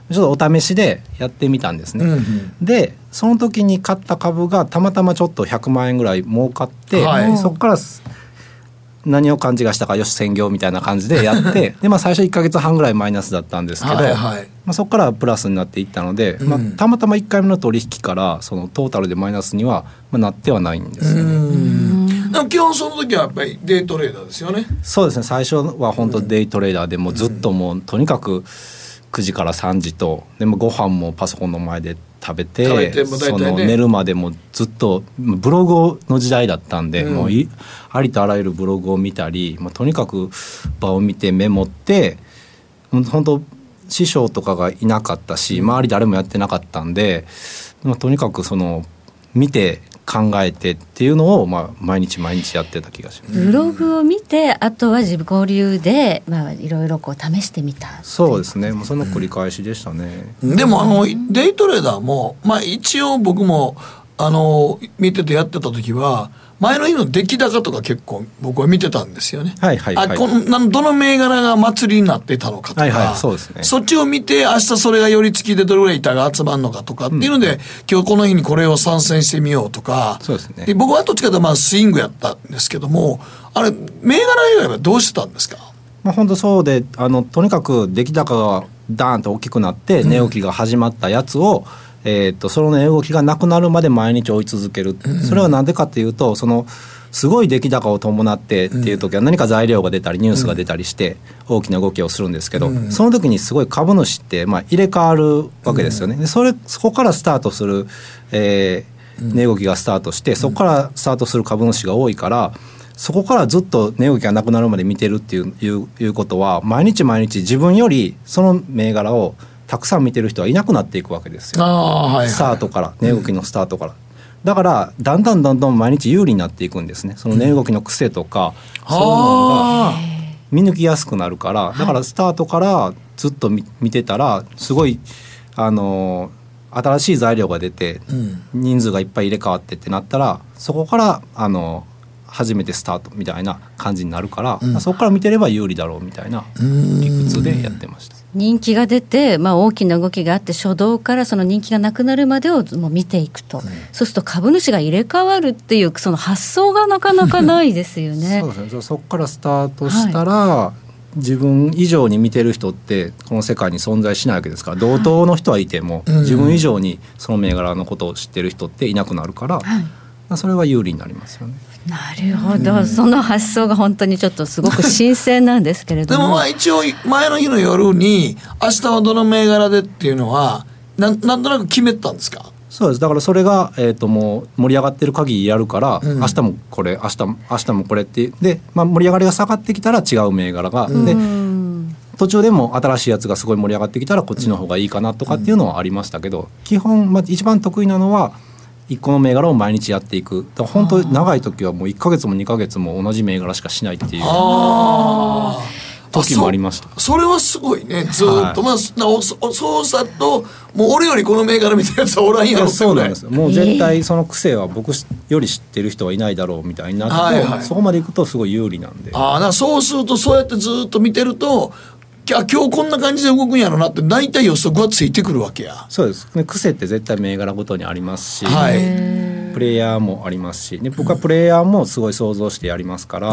ちょっとお試しでやってみたんですね、でその時に買った株がたまたまちょっと100万円ぐらい儲かって、そこから何を勘違いしたかよし専業みたいな感じでやってで、最初1ヶ月半ぐらいマイナスだったんですけど、そこからプラスになっていったので、たまたま1回目の取引からそのトータルでマイナスには、なってはないんですよね。 でも基本その時はやっぱりデイトレーダーですよね。 そうですね、最初は本当デイトレーダーでもうずっともうとにかく9時から3時とでもご飯もパソコンの前で食べてその寝るまでもずっとブログの時代だったんで、もうありとあらゆるブログを見たり、とにかく場を見てメモって、本当師匠とかがいなかったし周り誰もやってなかったんで、とにかくその見て考えてっていうのを毎日やってた気がします。 ブログを見てあとは自己流でいろいろ試してみた。 そうですね、もうその繰り返しでしたね。 でもデイトレーダーも、一応僕も見ててやってた時は前の日の出来高とか結構僕は見てたんですよね。どの銘柄が祭りになってたのかとか、 そうですね、 そっちを見て明日それが寄り付きでどれぐらい板が集まるのかとかっていうので、今日この日にこれを参戦してみようとか。 そうですね、 で僕はどっちかというとスイングやったんですけども、あれ銘柄以外はどうしてたんですか？ 本当そうでとにかく出来高がダーンと大きくなって値動きが始まったやつを、その値動きがなくなるまで毎日追い続ける、それは何でかっていうと、そのすごい出来高を伴ってっていう時は何か材料が出たりニュースが出たりして大きな動きをするんですけど、その時にすごい株主って入れ替わるわけですよね。でそこからスタートする、値動きがスタートして、そこからスタートする株主が多いから、そこからずっと値動きがなくなるまで見てるっていうことは、毎日自分よりその銘柄をたくさん見てる人はいなくなっていくわけですよ、スタートから値動きのスタートから、だからだんだん毎日有利になっていくんですね。その値動きの癖とか、そういうのが見抜きやすくなるから、だからスタートからずっと見てたらすごい新しい材料が出て人数がいっぱい入れ替わってってなったら、そこから初めてスタートみたいな感じになるから、そこから見てれば有利だろうみたいな理屈でやってました。 人気が出て、大きな動きがあって初動からその人気がなくなるまでをもう見ていくと、そうすると株主が入れ替わるっていうその発想がなかなかないですよね。 そうですね、そこからスタートしたら、自分以上に見てる人ってこの世界に存在しないわけですから、同等の人はいても、自分以上にその銘柄のことを知ってる人っていなくなるから、それは有利になりますよね。 なるほど、その発想が本当にちょっとすごく新鮮なんですけれどもでも一応前の日の夜に明日はどの銘柄でっていうのはなんとなく決めたんですか？ そうです。だからそれが、もう盛り上がってる限りやるから、明日もこれ明日もこれってで、盛り上がりが下がってきたら違う銘柄が、で途中でも新しいやつがすごい盛り上がってきたらこっちの方がいいかなとかっていうのはありましたけど、基本、一番得意なのは1個の銘柄を毎日やっていく。だから本当に長い時はもう1ヶ月も2ヶ月も同じ銘柄しかしないっていう時もありました。 それはすごいね。ずっと、そうさともう俺よりこの銘柄みたいなやつはおらんやろってぐらい。 そうなんですよ。もう絶対その癖は僕より知ってる人はいないだろうみたいになって、そこまでいくとすごい有利なんで。 そうするとそうやってずっと見てると今日こんな感じで動くんやろなって大体予測がついてくるわけや。 そうです。癖って絶対銘柄ごとにありますし、プレイヤーもありますし、で僕はプレイヤーもすごい想像してやりますから、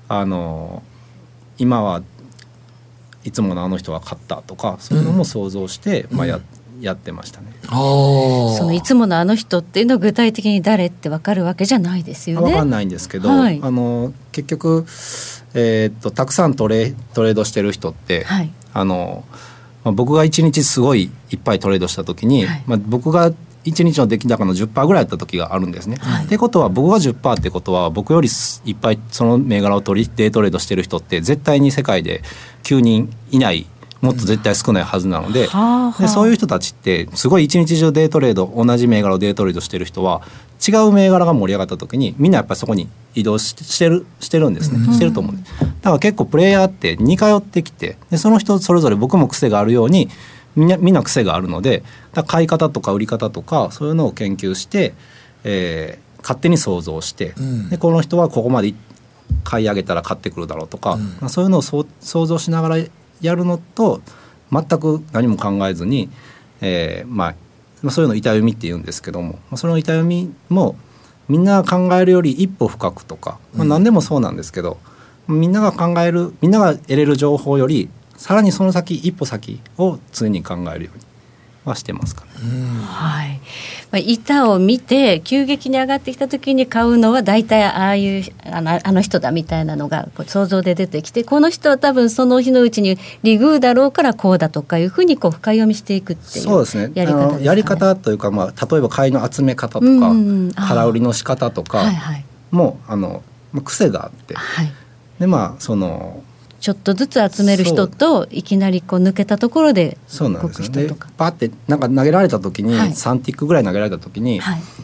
今はいつものあの人は勝ったとかそういうのも想像して、やってましたね。 そのいつものあの人っていうのは具体的に誰って分かるわけじゃないですよね。 分かんないんですけど、結局たくさんトレードしてる人って、僕が1日すごいいっぱいトレードした時に、僕が1日の出来高の 10% ぐらいだった時があるんですね。ってことは僕が 10% ってことは僕よりいっぱいその銘柄をデイトレードしてる人って絶対に世界で9人いない、もっと絶対少ないはずなので、でそういう人たちってすごい一日中デイトレード同じ銘柄をデイトレードしてる人は違う銘柄が盛り上がった時にみんなやっぱりそこに移動してるんですね。してると思うんです。だから結構プレイヤーって似通ってきて、でその人それぞれ僕も癖があるようにみんな癖があるので、買い方とか売り方とかそういうのを研究して、勝手に想像して、でこの人はここまで買い上げたら買ってくるだろうとか、そういうのを想像しながらやるのと、 全く何も考えずに、そういうの板読みって言うんですけども、その板読みもみんなが考えるより一歩深くとか、何でもそうなんですけど、みんなが得れる情報よりさらにその先一歩先を常に考えるようにはしてますかね。 はい。板を見て急激に上がってきた時に買うのは大体あの人だみたいなのが想像で出てきて、この人は多分その日のうちに利遇だろうからこうだとかいうふうに深読みしていくっていうそうですね。 やり方ですかね。やり方というか、例えば買いの集め方とか、空売りの仕方とかも、癖があって、でちょっとずつ集める人といきなり抜けたところで動く人とか、 パって投げられた時に、3ティックぐらい投げられた時に、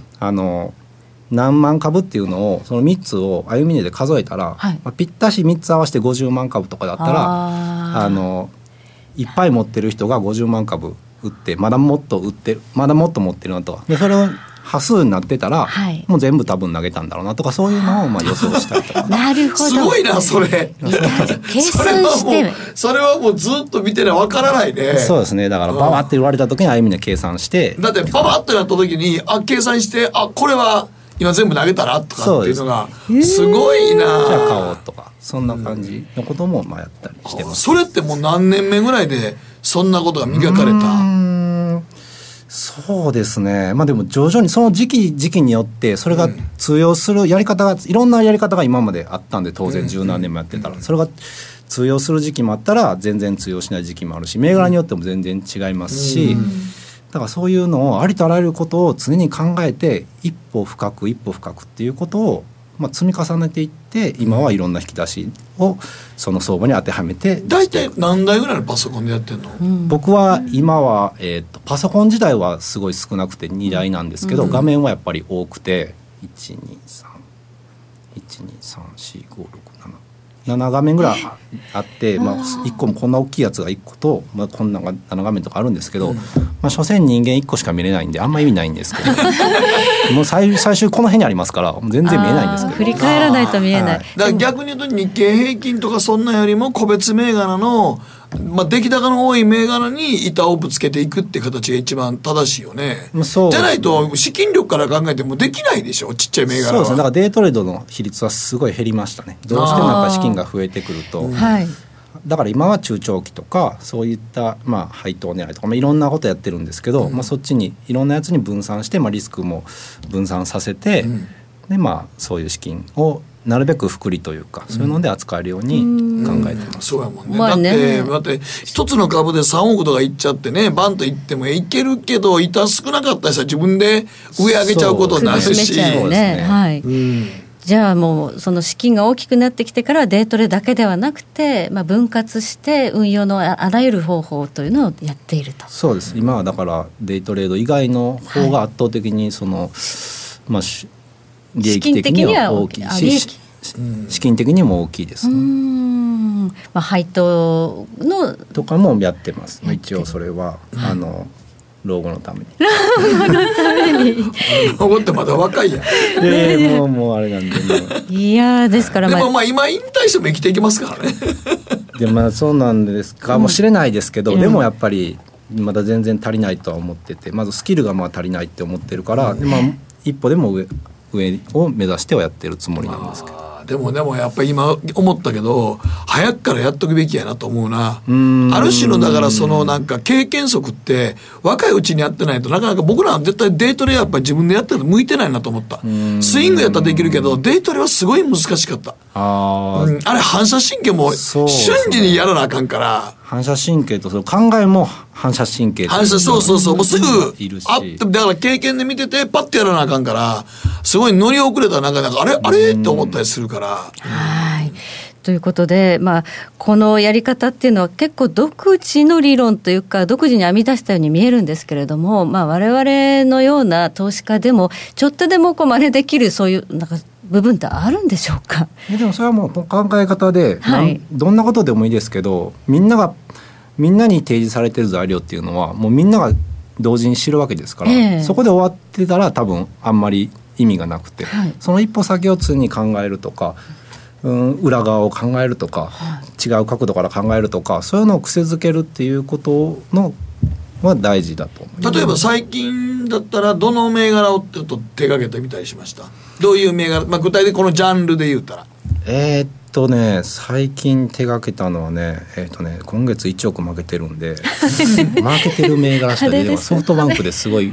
何万株っていうのをその3つを歩み値で数えたら、ぴったし3つ合わせて50万株とかだったらいっぱい持ってる人が50万株売ってまだもっと持ってるなとかで、それを端数になってたら、もう全部多分投げたんだろうなとか、そういうのを予想したりとかなるほど、 すごいなそれ計算してそれはもうずっと見てわからないね。 そうですね。だからババって言われた時に歩みで計算して、 だってババってなった時に計算して、これは今全部投げたらとかっていうのがすごいな。 じゃあ買おうとか、そんな感じのこともやったりしてます。 それってもう何年目ぐらいでそんなことが磨かれた？ そうですね。でも徐々にその時期によってそれが通用するやり方が、いろんなやり方が今まであったんで、当然十何年もやってたら、それが通用する時期もあったら全然通用しない時期もあるし、銘柄によっても全然違いますし、だからそういうのをありとあらゆることを常に考えて一歩深くっていうことを積み重ねていって、今はいろんな引き出しをその相場に当てはめて。 大体何台ぐらいのパソコンでやってんの？ 僕は今は、パソコン自体はすごい少なくて2台なんですけど、画面はやっぱり多くて7画面ぐらいあって、1個もこんな大きいやつが1個と、こんなのが7画面とかあるんですけど、所詮人間1個しか見れないんであんま意味ないんですけどもう最終この辺にありますから全然見えないんですけど、 振り返らないと見えない。 だから逆に言うと日経平均とかそんなよりも個別銘柄の、出来高の多い銘柄に板をぶつけていくっていう形が一番正しいよね。じゃないと資金力から考えてもできないでしょ、ちっちゃい銘柄は。 そうですね。だからデイトレードの比率はすごい減りましたね。どうしてもやっぱり資金が増えてくると、だから今は中長期とかそういった配当狙いとか、いろんなことやってるんですけど、そっちにいろんなやつに分散して、リスクも分散させて、でそういう資金をなるべく複利というか、そういうので扱えるように考えてます。 そうやもんね。だって一つの株で3億とかいっちゃってね、バンといってもいけるけど板少なかったりしたら自分で上上げちゃうことになるし、 じゃあもうその資金が大きくなってきてからデイトレだけではなくて、分割して運用のあらゆる方法というのをやっていると。 そうです。今はだからデイトレード以外の方が圧倒的に利益的には大きいし、資金的にも大きいですね。 配当のとかもやってます。一応それは老後のために。 老後ってまだ若いやん。 もうあれなんで、 いやですから、 でも今引退しても生きていけますからね。 でそうなんですかもしれないですけど、でもやっぱりまだ全然足りないとは思ってて、まずスキルが足りないって思ってるから、一歩でも上を目指してはやってるつもりなんですけど。 でもやっぱり今思ったけど、早くからやっとくべきやなと思うな。ある種のだからその経験則って若いうちにやってないと、なかなか僕らは絶対デイトレやっぱり自分でやってると向いてないなと思った。スイングやったらできるけどデイトレはすごい難しかった。あれ反射神経も瞬時にやらなあかんから。 反射神経とその考えも反射神経、 そうもうすぐだから経験で見ててパッとやらなあかんから、すごい乗り遅れたらなかなかあれって思ったりするから。 はいということで、このやり方っていうのは結構独自の理論というか独自に編み出したように見えるんですけれども、我々のような投資家でもちょっとでも真似できるそういう部分ってあるんでしょうか。 でもそれはもう考え方で、どんなことでもいいですけど、みんなに提示されてる材料っていうのはもうみんなが同時に知るわけですから、そこで終わってたら多分あんまり意味がなくて、その一歩先を常に考えるとか、裏側を考えるとか、 違う角度から考えるとか、そういうのを癖づけるっていうことのは大事だと思います。 例えば最近だったらどの銘柄をちょっと手掛けてみたりしました？どういう銘柄、具体的にこのジャンルで言うたら最近手がけたのはね、今月1億負けてるんで負けてる銘柄しか出てソフトバンクですごい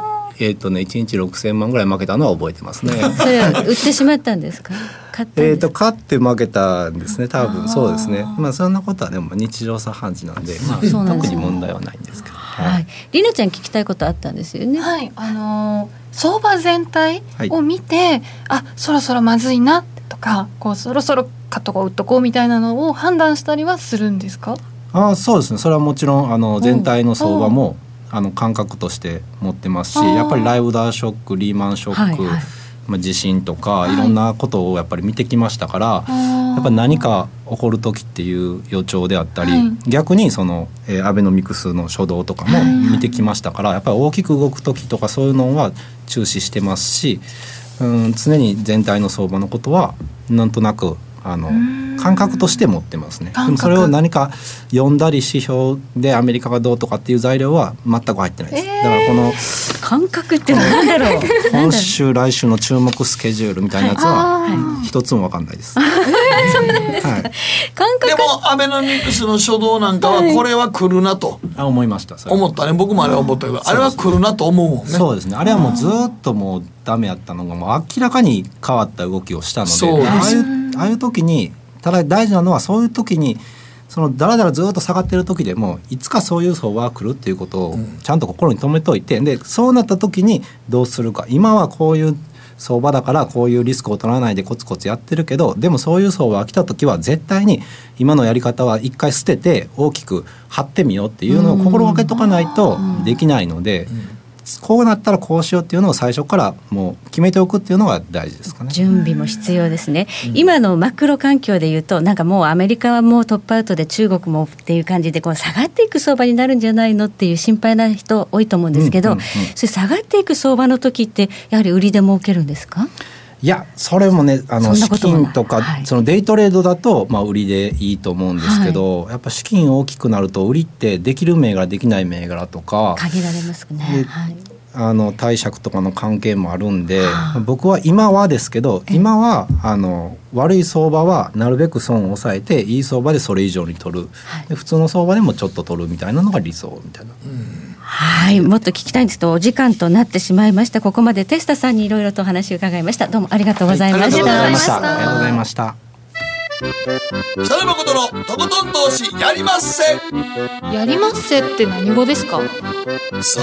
1日6000万ぐらい負けたのは覚えてますね。 それは売ってしまったんですか？買って負けたんですね、多分。そうですね。そんなことはでも日常茶飯事なんで、特に問題はないんですけど。 りなちゃん聞きたいことあったんですよね。 はい、相場全体を見て、そろそろまずいなとか、そろそろ買っとこう売っとこうみたいなのを判断したりはするんですか？ そうですね。それはもちろん全体の相場も感覚として持ってますし、やっぱりライブダーショック、リーマンショック、地震とかいろんなことをやっぱり見てきましたから、やっぱり何か起こる時っていう予兆であったり、逆にそのアベノミクスの初動とかも見てきましたから、やっぱり大きく動く時とかそういうのは注視してますし、常に全体の相場のことはなんとなく感覚として持ってますね。でもそれを何か読んだり指標でアメリカがどうとかっていう材料は全く入ってないです。だからこの感覚って何だろう今週来週の注目スケジュールみたいなやつは一つも分かんないです。 そうなんですか、感覚。 でもアベノミクスの初動なんかはこれは来るなと思いました。 思ったね。僕もあれは思ったけど、あれは来るなと思うもんね。 そうですね。あれはもうずっともうダメやったのがもう明らかに変わった動きをしたので、ああいう時に、ただ大事なのはそういう時にだらだらずっと下がってる時でもいつかそういう相場が来るっていうことをちゃんと心に留めといて、でそうなった時にどうするか。今はこういう相場だからこういうリスクを取らないでコツコツやってるけど、でもそういう相場が来た時は絶対に今のやり方は一回捨てて大きく張ってみようっていうのを心がけとかないとできないので、こうなったらこうしようっていうのを最初からもう決めておくっていうのが大事ですかね。 準備も必要ですね。今のマクロ環境でいうと、なんかもうアメリカはもうトップアウトで中国もっていう感じで下がっていく相場になるんじゃないのっていう心配な人多いと思うんですけど、それ下がっていく相場の時ってやはり売りで儲けるんですか？ いや、それもね、資金とか、そのデイトレードだと売りでいいと思うんですけど、やっぱ資金大きくなると売りってできる銘柄できない銘柄とか限られますね。 貸借とかの関係もあるんで、僕は今はですけど、今は悪い相場はなるべく損を抑えて、いい相場でそれ以上に取る、で普通の相場でもちょっと取るみたいなのが理想みたいな。 はい、もっと聞きたいんですけどお時間となってしまいました。ここまでテスタさんにいろいろとお話を伺いました。どうもありがとうございました。 ありがとうございました。ありがとうございました。 北野誠のとことん投資やりまっせ。 やりまっせって何語ですか？ さ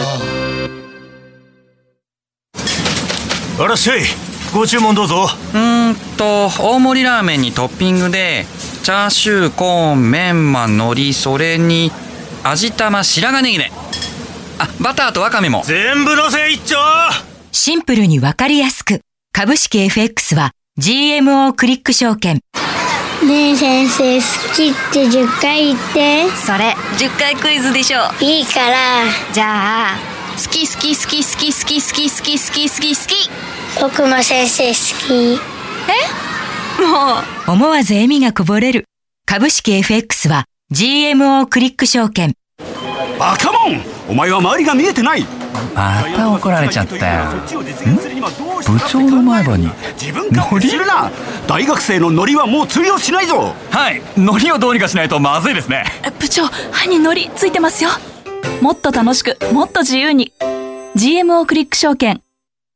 あらっしゃい、ご注文どうぞ。 大盛りラーメンにトッピングでチャーシュー、コーン、メンマ、海苔、それに味玉、白髪ネギね。バターとワカメも全部のせ一丁。 シンプルにわかりやすく、株式 FX は GMO クリック証券。 ねえ先生、好きって10回言って。 それ10回クイズでしょ。 いいから。 じゃあ、好き好き好き好き好き好き好き好き好き好き。 僕も先生好き。 もう思わず笑みがこぼれる。株式 FX は GMO クリック証券。 バカモン、お前は周りが見えてない。 また怒られちゃったよ。部長の前歯にノリ？ 大学生のノリはもう通用しないぞ。 はい、ノリをどうにかしないとまずいですね。 部長、歯にノリついてますよ。もっと楽しく、もっと自由に。 GMO クリック証券。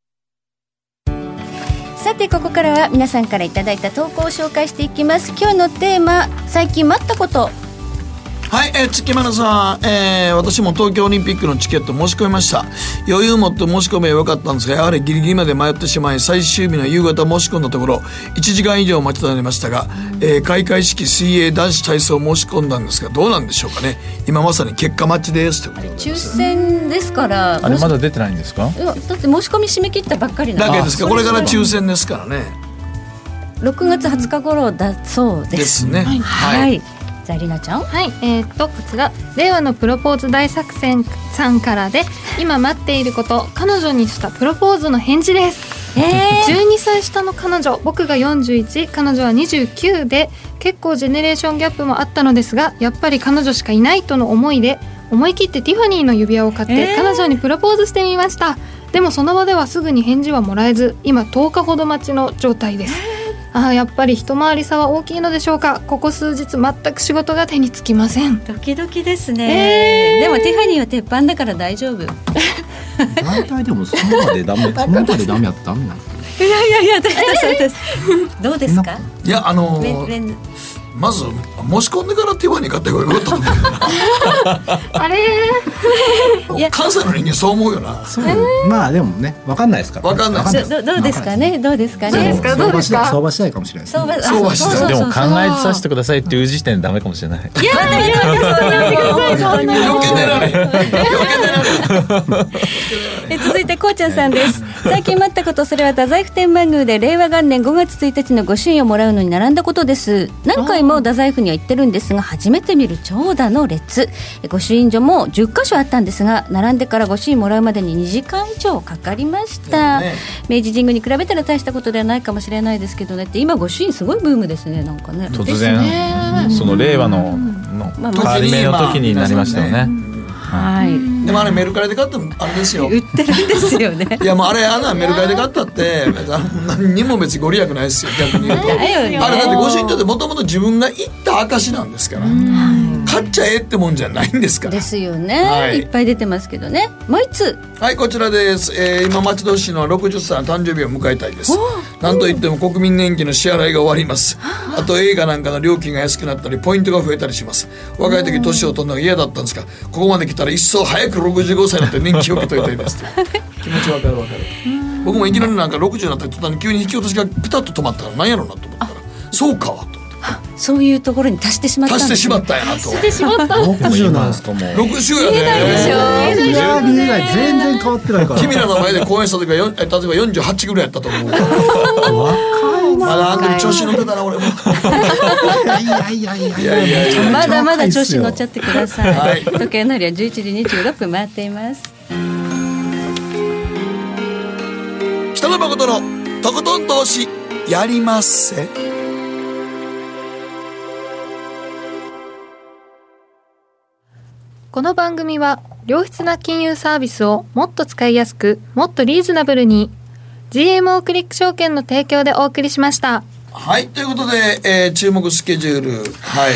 さてここからは皆さんからいただいた投稿を紹介していきます。今日のテーマ、最近待ったこと。 はい、月丸さん、私も東京オリンピックのチケット申し込みました。余裕持って申し込めばよかったんですが、やはりギリギリまで迷ってしまい、最終日の夕方申し込んだところ1時間以上待ちとなりましたが、開会式水泳男子体操申し込んだんですが、どうなんでしょうかね。今まさに結果待ちですということで。 抽選ですから。 あれまだ出てないんですか？ だって申し込み締め切ったばっかりなんだけですか。これから抽選ですからね。 6月20日頃だそうです。 ですね。 はい。じゃありなちゃん。 はい、こちら令和のプロポーズ大作戦さんからで、今待っていること、彼女にしたプロポーズの返事です。 12歳下の彼女、僕が41、彼女は29で結構ジェネレーションギャップもあったのですが、やっぱり彼女しかいないとの思いで思い切ってティファニーの指輪を買って彼女にプロポーズしてみました。でもその場ではすぐに返事はもらえず、今10日ほど待ちの状態です。やっぱり一回り差は大きいのでしょうか。ここ数日全く仕事が手につきません。 ドキドキですね、でもティファニーは鉄板だから大丈夫。 大体でもその場でダメやったらダメなの。 いやどうですか。 いやまず申し込んでからティファニー買ってこようと思ってあれ関西の人間そう思うよな。 まあでもね、分かんないですから、 分かんないです。 どうですかね。どうですか。 相場次第かもしれないですね。 相場次第。でも考えさせてくださいっていう時点でダメかもしれない。 いや続いてこうちゃんさんです。最近待ったこと、それは太宰府天満宮で令和元年5月1日の御朱印をもらうのに並んだことです。何回も太宰府には行ってるんですが、初めて見る長蛇の列。御朱印所も10カ所あったんですが、並んでから御朱印もらうまでに2時間以上かかりました、明治神宮に比べたら大したことではないかもしれないですけどね。って今御朱印すごいブームですね。なんかね、 突然その令和の変わり目の時になりましたよね。 はい。 でもあれメルカリで買ったあれですよ。 売ってるんですよね。 いやもうあれメルカリで買ったって何にも別にご利益ないですよ。逆に言うとあれだって御朱印帳ってもともと自分が行った証なんですから、買っちゃえってもんじゃないんですから。 ですよね、いっぱい出てますけどね。もう一つ、 こちらです。今待ち遠しいのは60歳の誕生日を迎えたいです。なんといっても国民年金の支払いが終わります。あと映画なんかの料金が安くなったりポイントが増えたりします。若い時年を取るのが嫌だったんですが、ここまで来たら一層早く65歳になって年金を受け取りたいです気持ちわかる。僕もいきなりなんか60になったら急に引き落としがピタッと止まったから何やろうなと思ったら、そうかと思って、 そういうところに達してしまったんですね。 達してしまったんやなと。 達してしまった。 60なんですか。もう 60やね。全然変わってないから。 君らの前で講演した時は例えば48ぐらいやったと思う。まだあんたに調子乗ってたな俺も。 まだまだ調子乗っちゃってください。時計の針は11時26分回っています。 北野誠のとことん投資やりまっせ。 この番組は良質な金融サービスをもっと使いやすく、もっとリーズナブルに GMO クリック証券の提供でお送りしました。 はい、ということで、注目スケジュール、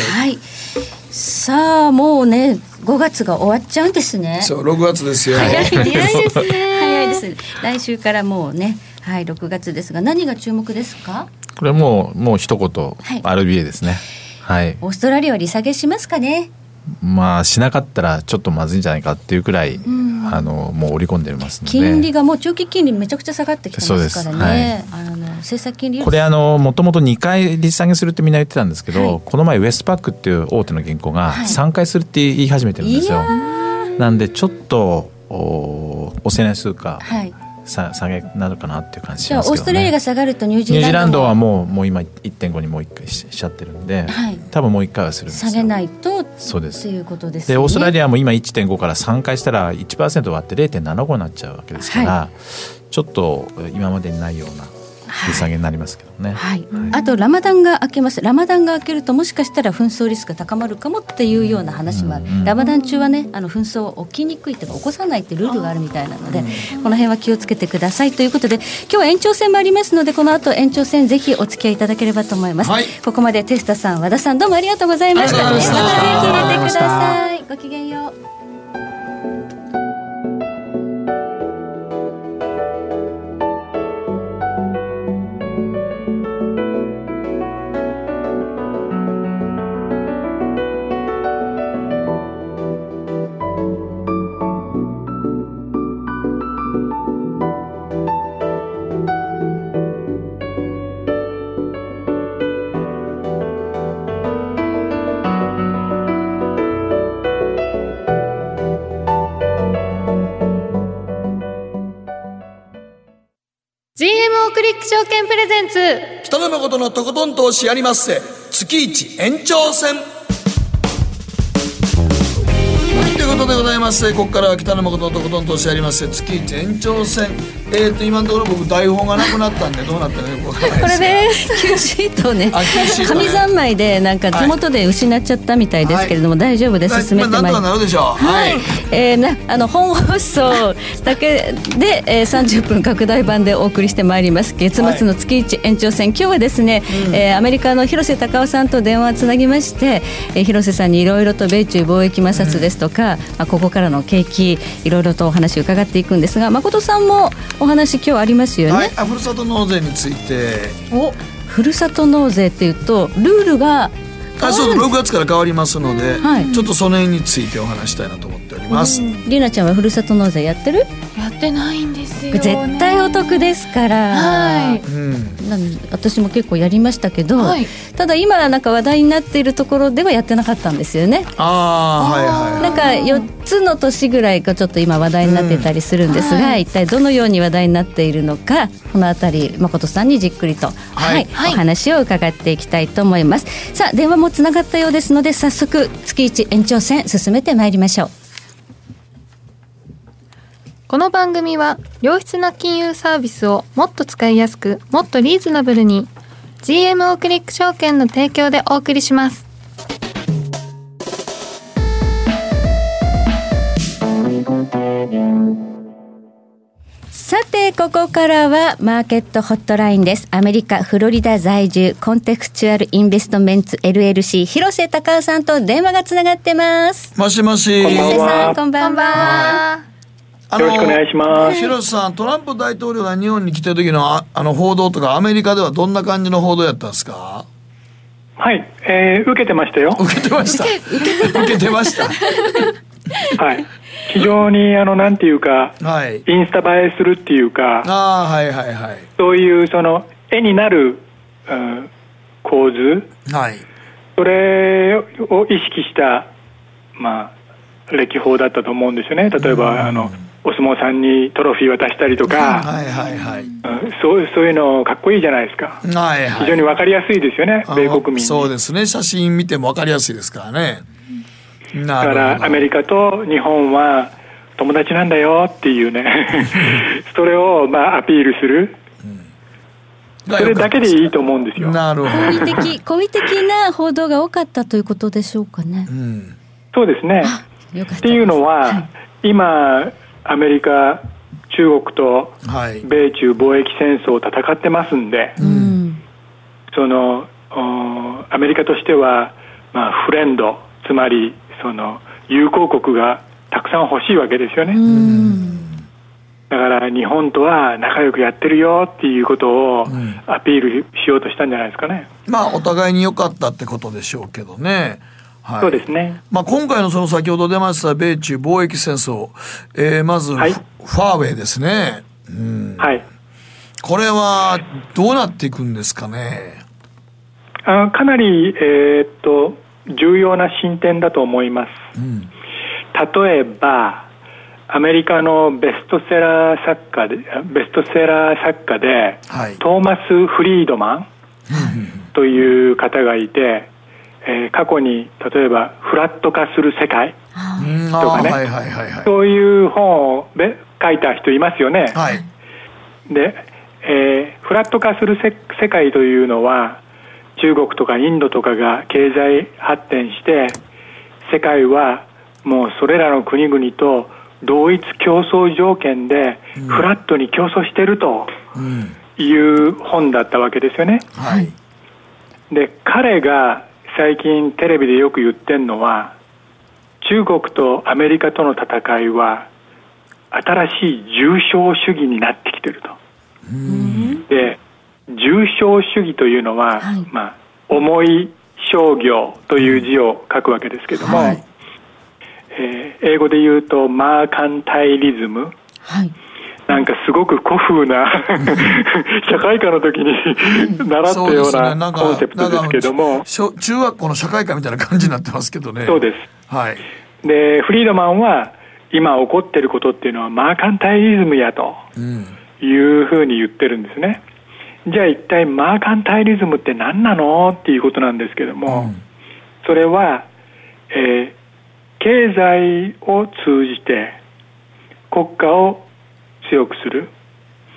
さあもうね5月が終わっちゃうんですね。 そう6月ですよ。 早いですね。早いです。来週からもうね、6月ですが、何が注目ですか。 これもう一言、RBA ですね。 オーストラリアは利下げしますかね。 まあしなかったらちょっとまずいんじゃないかっていうくらい、もう織り込んでますので、 金利がもう長期金利めちゃくちゃ下がってきてますからね。政策金利これもともと2回利下げするってみんな言ってたんですけど、この前ウエストパックっていう大手の銀行が3回するって言い始めてるんですよ。なんでちょっと押せない数か、下げなのかなっていう感じしますけどね。 オーストラリアが下がるとニュージーランドはもう今 1.5 にもう1回しちゃってるんで、多分もう1回はするんですよ。 下げないと。 そうです。 ということですね。 でオーストラリアも今 1.5 から3回したら 1% 割って 0.75 になっちゃうわけですから、ちょっと今までにないような利下げになりますけどね。 あとラマダンが明けます。ラマダンが明けるともしかしたら紛争リスクが高まるかもっていうような話もある。ラマダン中はね、紛争を起きにくいとか起こさないってルールがあるみたいなので、この辺は気をつけてくださいということで、今日は延長戦もありますので、この後延長戦ぜひお付き合いいただければと思います。ここまでテスタさん、和田さん、どうもありがとうございました。またぜひ入れてください。ごきげんよう。 GMO クリック証券プレゼンツ、 北野誠のとことん投資やりまっせ月一延長戦。ということでございまして、ここからは北野誠のとことん投資やりまっせ月一延長戦。 今のところ僕台本がなくなったんでどうなったのかよくわからないです。 これです。Qシートね。紙三昧でなんか手元で失っちゃったみたいですけれども、大丈夫です。進めてまいります。 なんとかなるでしょう。 はい。本放送だけで、30分拡大版でお送りしてまいります。月末の月1延長戦。今日はですね、アメリカの広瀬隆夫さんと電話をつなぎまして、広瀬さんにいろいろと米中貿易摩擦ですとか、ここからの景気いろいろとお話を伺っていくんですが、誠さんもお話今日ありますよね。 ふるさと納税について。 ふるさと納税っていうとルールがそう6月から変わりますので、ちょっとその辺についてお話したいなと思っております。 りなちゃんはふるさと納税やってる？ やってないんですよね。 絶対お得ですから、私も結構やりましたけど、ただ今なんか話題になっているところではやってなかったんですよね。なんか4つの年ぐらいがちょっと今話題になってたりするんですが、一体どのように話題になっているのか、このあたり誠さんにじっくりと、お話を伺っていきたいと思います。さあ電話もつながったようですので、早速月1延長戦進めてまいりましょう。 この番組は良質な金融サービスをもっと使いやすく、もっとリーズナブルに GMO クリック証券の提供でお送りします。 さてここからはマーケットホットラインです。アメリカフロリダ在住コンテクチュアルインベストメンツ LLC 広瀬隆夫さんと電話がつながってます。 もしもし。 広瀬さんこんばんは。 よろしくお願いします。 広瀬さん、トランプ大統領が日本に来た時の報道とかアメリカではどんな感じの報道やったんですか？ はい、受けてましたよ。 受けてました受けてましたはい、非常になんていうか、インスタ映えするっていうか、そういうその絵になる、構図、それを意識した歴訪だったと思うんですよね。例えばお相撲さんにトロフィー渡したりとか、そういうのかっこいいじゃないですか。非常に分かりやすいですよね、米国民に。 そうですね、写真見ても分かりやすいですからね。 だからアメリカと日本は友達なんだよっていうねそれをアピールする、それだけでいいと思うんですよ。 なるほど。 好意的な報道が多かったということでしょうかね。 そうですね。っていうのは、今アメリカ中国と米中貿易戦争を戦ってますんで、そのアメリカとしては、フレンド、つまりその友好国がたくさん欲しいわけですよね。だから日本とは仲良くやってるよっていうことをアピールしようとしたんじゃないですかね。 お互いに良かったってことでしょうけどね。 そうですね。 今回のその先ほど出ました米中貿易戦争、まず、ファーウェイですね。これはどうなっていくんですかね。 かなり、重要な進展だと思います。例えばアメリカのベストセラー作家で、トーマス・フリードマンという方がいて、過去に例えばフラット化する世界とかね、そういう本を書いた人いますよね。で、フラット化する世界というのは中国とかインドとかが経済発展して世界はもうそれらの国々と同一競争条件でフラットに競争しているという本だったわけですよね。で、彼が最近テレビでよく言ってるのは、中国とアメリカとの戦いは新しい重商主義になってきていると。で、重商主義というのは、重い商業という字を書くわけですけども、英語で言うとマーカンタイリズム、なんかすごく古風な社会科の時に習ったようなコンセプトですけども、 中学校の社会科みたいな感じになってますけどね。 そうです。で、フリードマンは今起こっていることっていうのはマーカンタイリズムやというふうに言ってるんですね。じゃあ一体マーカンタイリズムって何なのっていうことなんですけども、それは、経済を通じて国家を強くする、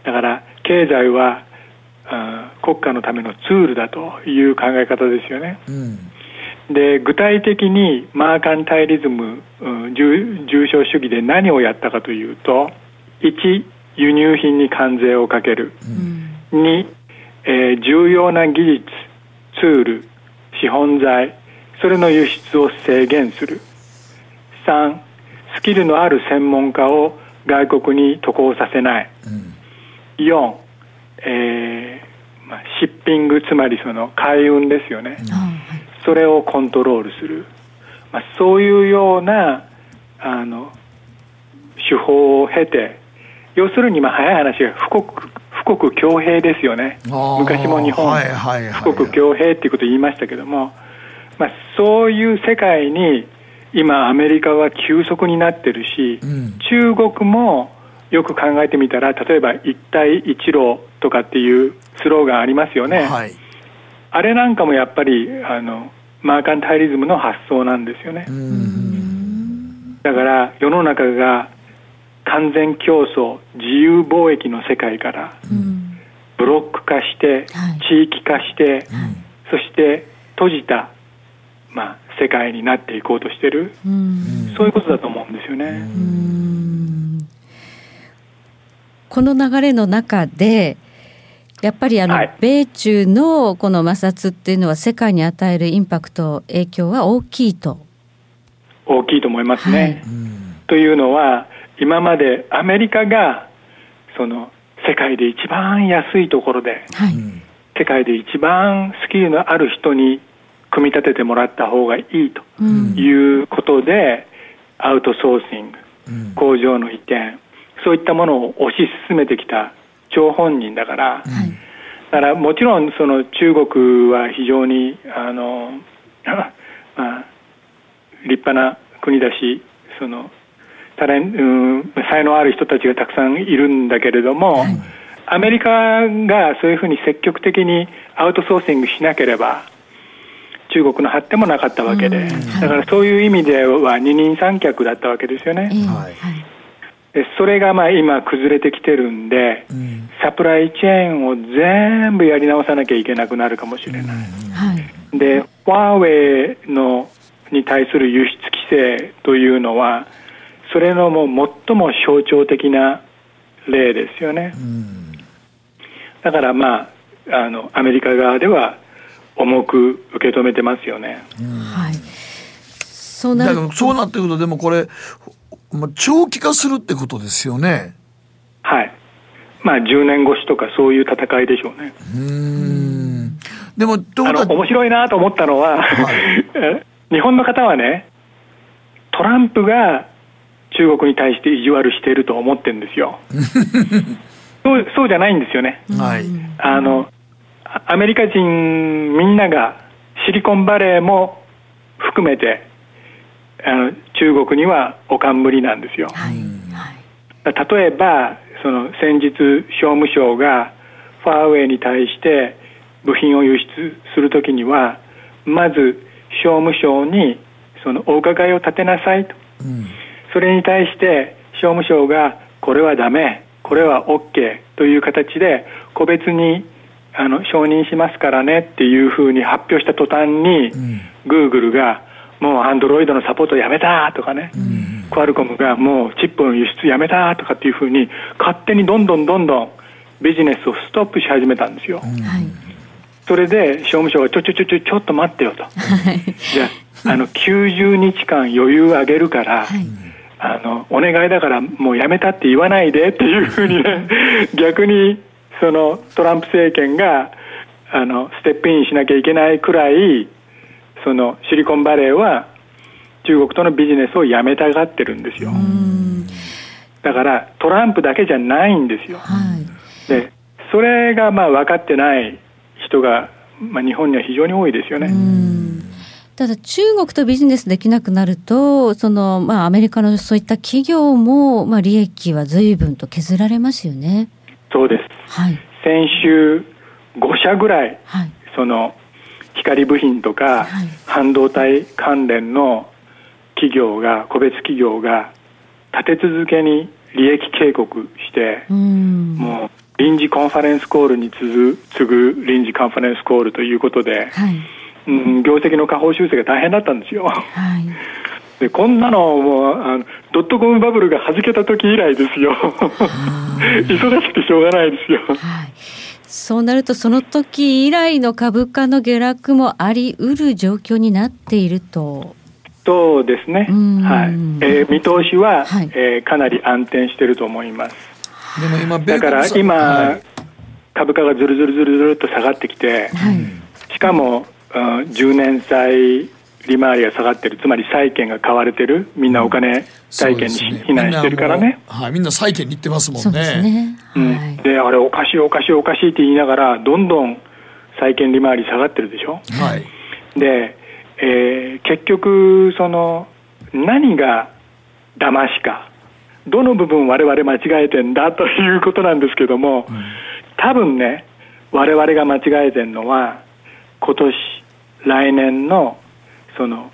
だから経済は国家のためのツールだという考え方ですよね。で具体的にマーカンタイリズム、重商主義で何をやったかというと、1、輸入品に関税をかける、2、重要な技術、ツール、資本財、それの輸出を制限する、3、スキルのある専門家を外国に渡航させない、4、シッピング、つまりその海運ですよね、それをコントロールする、そういうような手法を経て、要するに早い話が富国強兵ですよね。昔も日本、富国強兵っていうことを言いましたけども、そういう世界に今アメリカは急速になってるし、中国もよく考えてみたら、例えば一帯一路とかっていうスローガンありますよね、あれなんかもやっぱりマーカンタイリズムの発想なんですよね。だから世の中が完全競争、自由貿易の世界からブロック化して、地域化して、そして閉じた、世界になっていこうとしてる、そういうことだと思うんですよね。 この流れの中でやっぱり米中のこの摩擦っていうのは世界に与えるインパクト、影響は大きいと思いますね、というのは今までアメリカがその世界で一番安いところで、世界で一番スキルのある人に組み立ててもらった方がいいということで、アウトソーシング、工場の移転、そういったものを推し進めてきた張本人だから、だからもちろんその中国は非常に立派な国だし、その才能ある人たちがたくさんいるんだけれども、アメリカがそういうふうに積極的にアウトソーシングしなければ中国の発展もなかったわけで、だからそういう意味では二人三脚だったわけですよね、それが今崩れてきてるんで、サプライチェーンを全部やり直さなきゃいけなくなるかもしれない、でファーウェイに対する輸出規制というのはそれのもう最も象徴的な例ですよね、だからアメリカ側では重く受け止めてますよね、 そうなってくると、でもこれ長期化するってことですよね。 10年越しとかそういう戦いでしょうね。でも面白いなと思ったのは、日本の方はね、トランプが中国に対して意地悪していると思ってるんですよそうじゃないんですよね、アメリカ人みんながシリコンバレーも含めて中国にはお冠なんですよ、例えばその先日商務省がファーウェイに対して部品を輸出するときには、まず商務省にそのお伺いを立てなさいと、それに対して商務省がこれはダメ、これは OK という形で個別に承認しますからねっていうふうに発表した途端に、Google がもう Android のサポートやめたとかね、クアルコムがもうチップの輸出やめたとかっていうふうに勝手にどんどんビジネスをストップし始めたんですよ、それで商務省がちょっと待ってよと、じゃあ90日間余裕あげるから、お願いだからもうやめたって言わないでっていうふうにね逆にそのトランプ政権がステップインしなきゃいけないくらい、そのシリコンバレーは中国とのビジネスをやめたがってるんですよ。だからトランプだけじゃないんですよ、でそれが分かってない人が、日本には非常に多いですよね。 ただ中国とビジネスできなくなると、アメリカのそういった企業も、利益は随分と削られますよね。 そうです、先週5社ぐらい、その光部品とか、半導体関連の個別企業が立て続けに利益警告して、もう臨時コンファレンスコールに次ぐ臨時カンファレンスコールということで、業績の下方修正が大変だったんですよ。でこんなのもうドットコムバブルが弾けた時以来ですよ。忙しくてしょうがないですよ。 そうなるとその時以来の株価の下落もあり得る状況になっていると。 そうですね、見通しは、かなり暗転していると思います。 でも今だから今、株価がずるずるずるずるっと下がってきて、しかも10年債利回りが下がってる、つまり債券が買われてる、みんなお金債券に避難してるからね、 みんな債券に行ってますもんね。 であれおかしいおかしいおかしいって言いながらどんどん債券利回り下がってるでしょ。で、結局その何が騙しか、どの部分我々間違えてんだということなんですけども、多分ね我々が間違えてんのは今年来年のその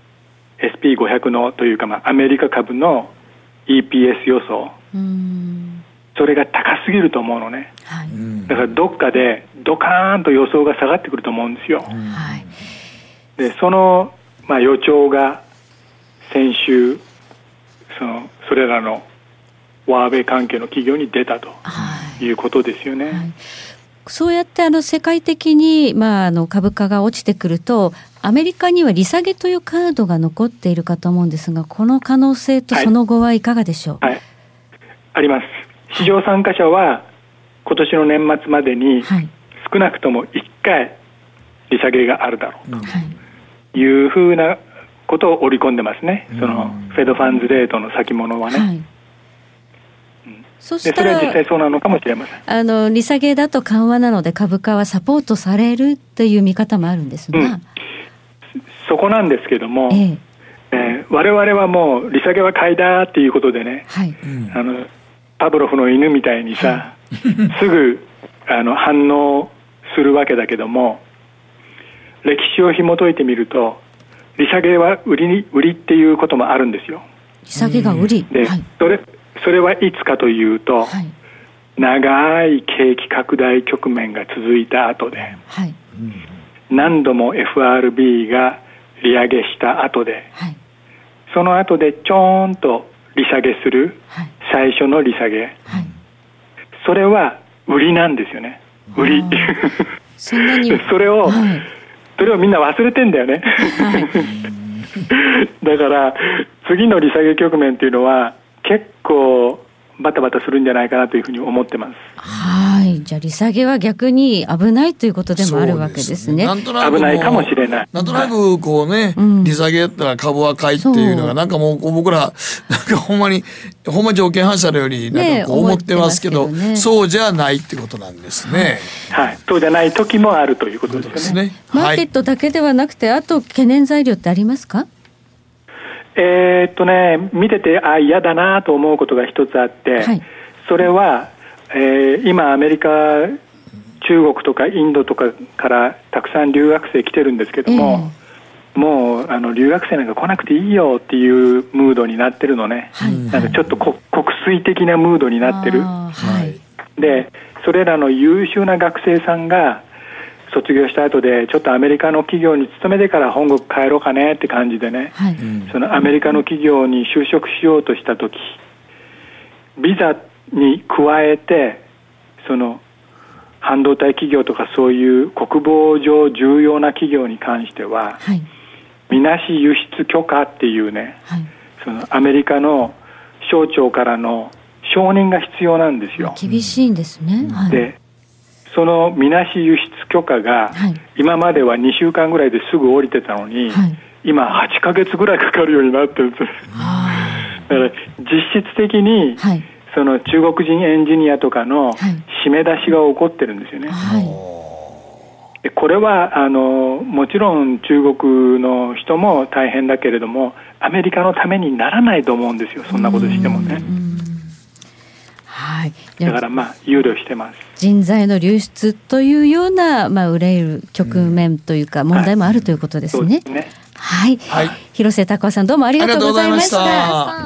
SP500 のというか、アメリカ株の EPS 予想、それが高すぎると思うのね、だからどっかでドカーンと予想が下がってくると思うんですよ。でその、予兆が先週それらのワーウェイ関係の企業に出たということですよね。 そうやって世界的に、株価が落ちてくるとアメリカには利下げというカードが残っているかと思うんですが、この可能性とその後はいかがでしょう。 あります。市場参加者は今年の年末までに少なくとも1回利下げがあるだろうというふうなことを織り込んでますね。そのフェドファンズレートの先物はね、それは実際そうなのかもしれません。 利下げだと緩和なので株価はサポートされるっていう見方もあるんですが、 そこなんですけども、我々はもう利下げは買いだっていうことでね、パブロフの犬みたいにさ、すぐ反応するわけだけども、歴史を紐解いてみると利下げは売りっていうこともあるんですよ。 利下げが売りで、それはいつかというと、長い景気拡大局面が続いた後で、何度も FRB が利上げした後で、その後でちょーんと利下げする、最初の利下げ、それは売りなんですよね。売りそれをみんな忘れてんだよね、だから次の利下げ局面っていうのは結構バタバタするんじゃないかなというふうに思ってます。 じゃあ利下げは逆に危ないということでもあるわけですね。 危ないかもしれない。 なんとなくこうね、利下げやったら株は買いっていうのがなんかもう僕らなんかほんま条件反射のようりなんかこう思ってますけど、そうじゃないってことなんですね。 そうじゃない時もあるということですね。 マーケットだけではなくて、あと懸念材料ってありますか？ 見てて嫌だなと思うことが一つあって、それは、今アメリカ、中国とかインドとかからたくさん留学生来てるんですけども、もう留学生なんか来なくていいよっていうムードになってるのね、なんかちょっと国粋的なムードになってる、でそれらの優秀な学生さんが卒業した後でちょっとアメリカの企業に勤めてから本国帰ろうかねって感じでね、そのアメリカの企業に就職しようとした時、ビザに加えてその半導体企業とかそういう国防上重要な企業に関しては、みなし輸出許可っていうね、そのアメリカの省庁からの承認が必要なんですよ。 厳しいんですね。 でそのみなし輸出許可が、今までは2週間ぐらいですぐ降りてたのに、今8ヶ月ぐらいかかるようになってるんです。だから実質的に、その中国人エンジニアとかの締め出しが起こってるんですよね。でこれはもちろん中国の人も大変だけれども、アメリカのためにならないと思うんですよ、そんなことしてもね。だから憂慮してます。 人材の流出というような、憂える局面というか問題もあるということですね。広瀬孝夫さん、どうもありがとうございました。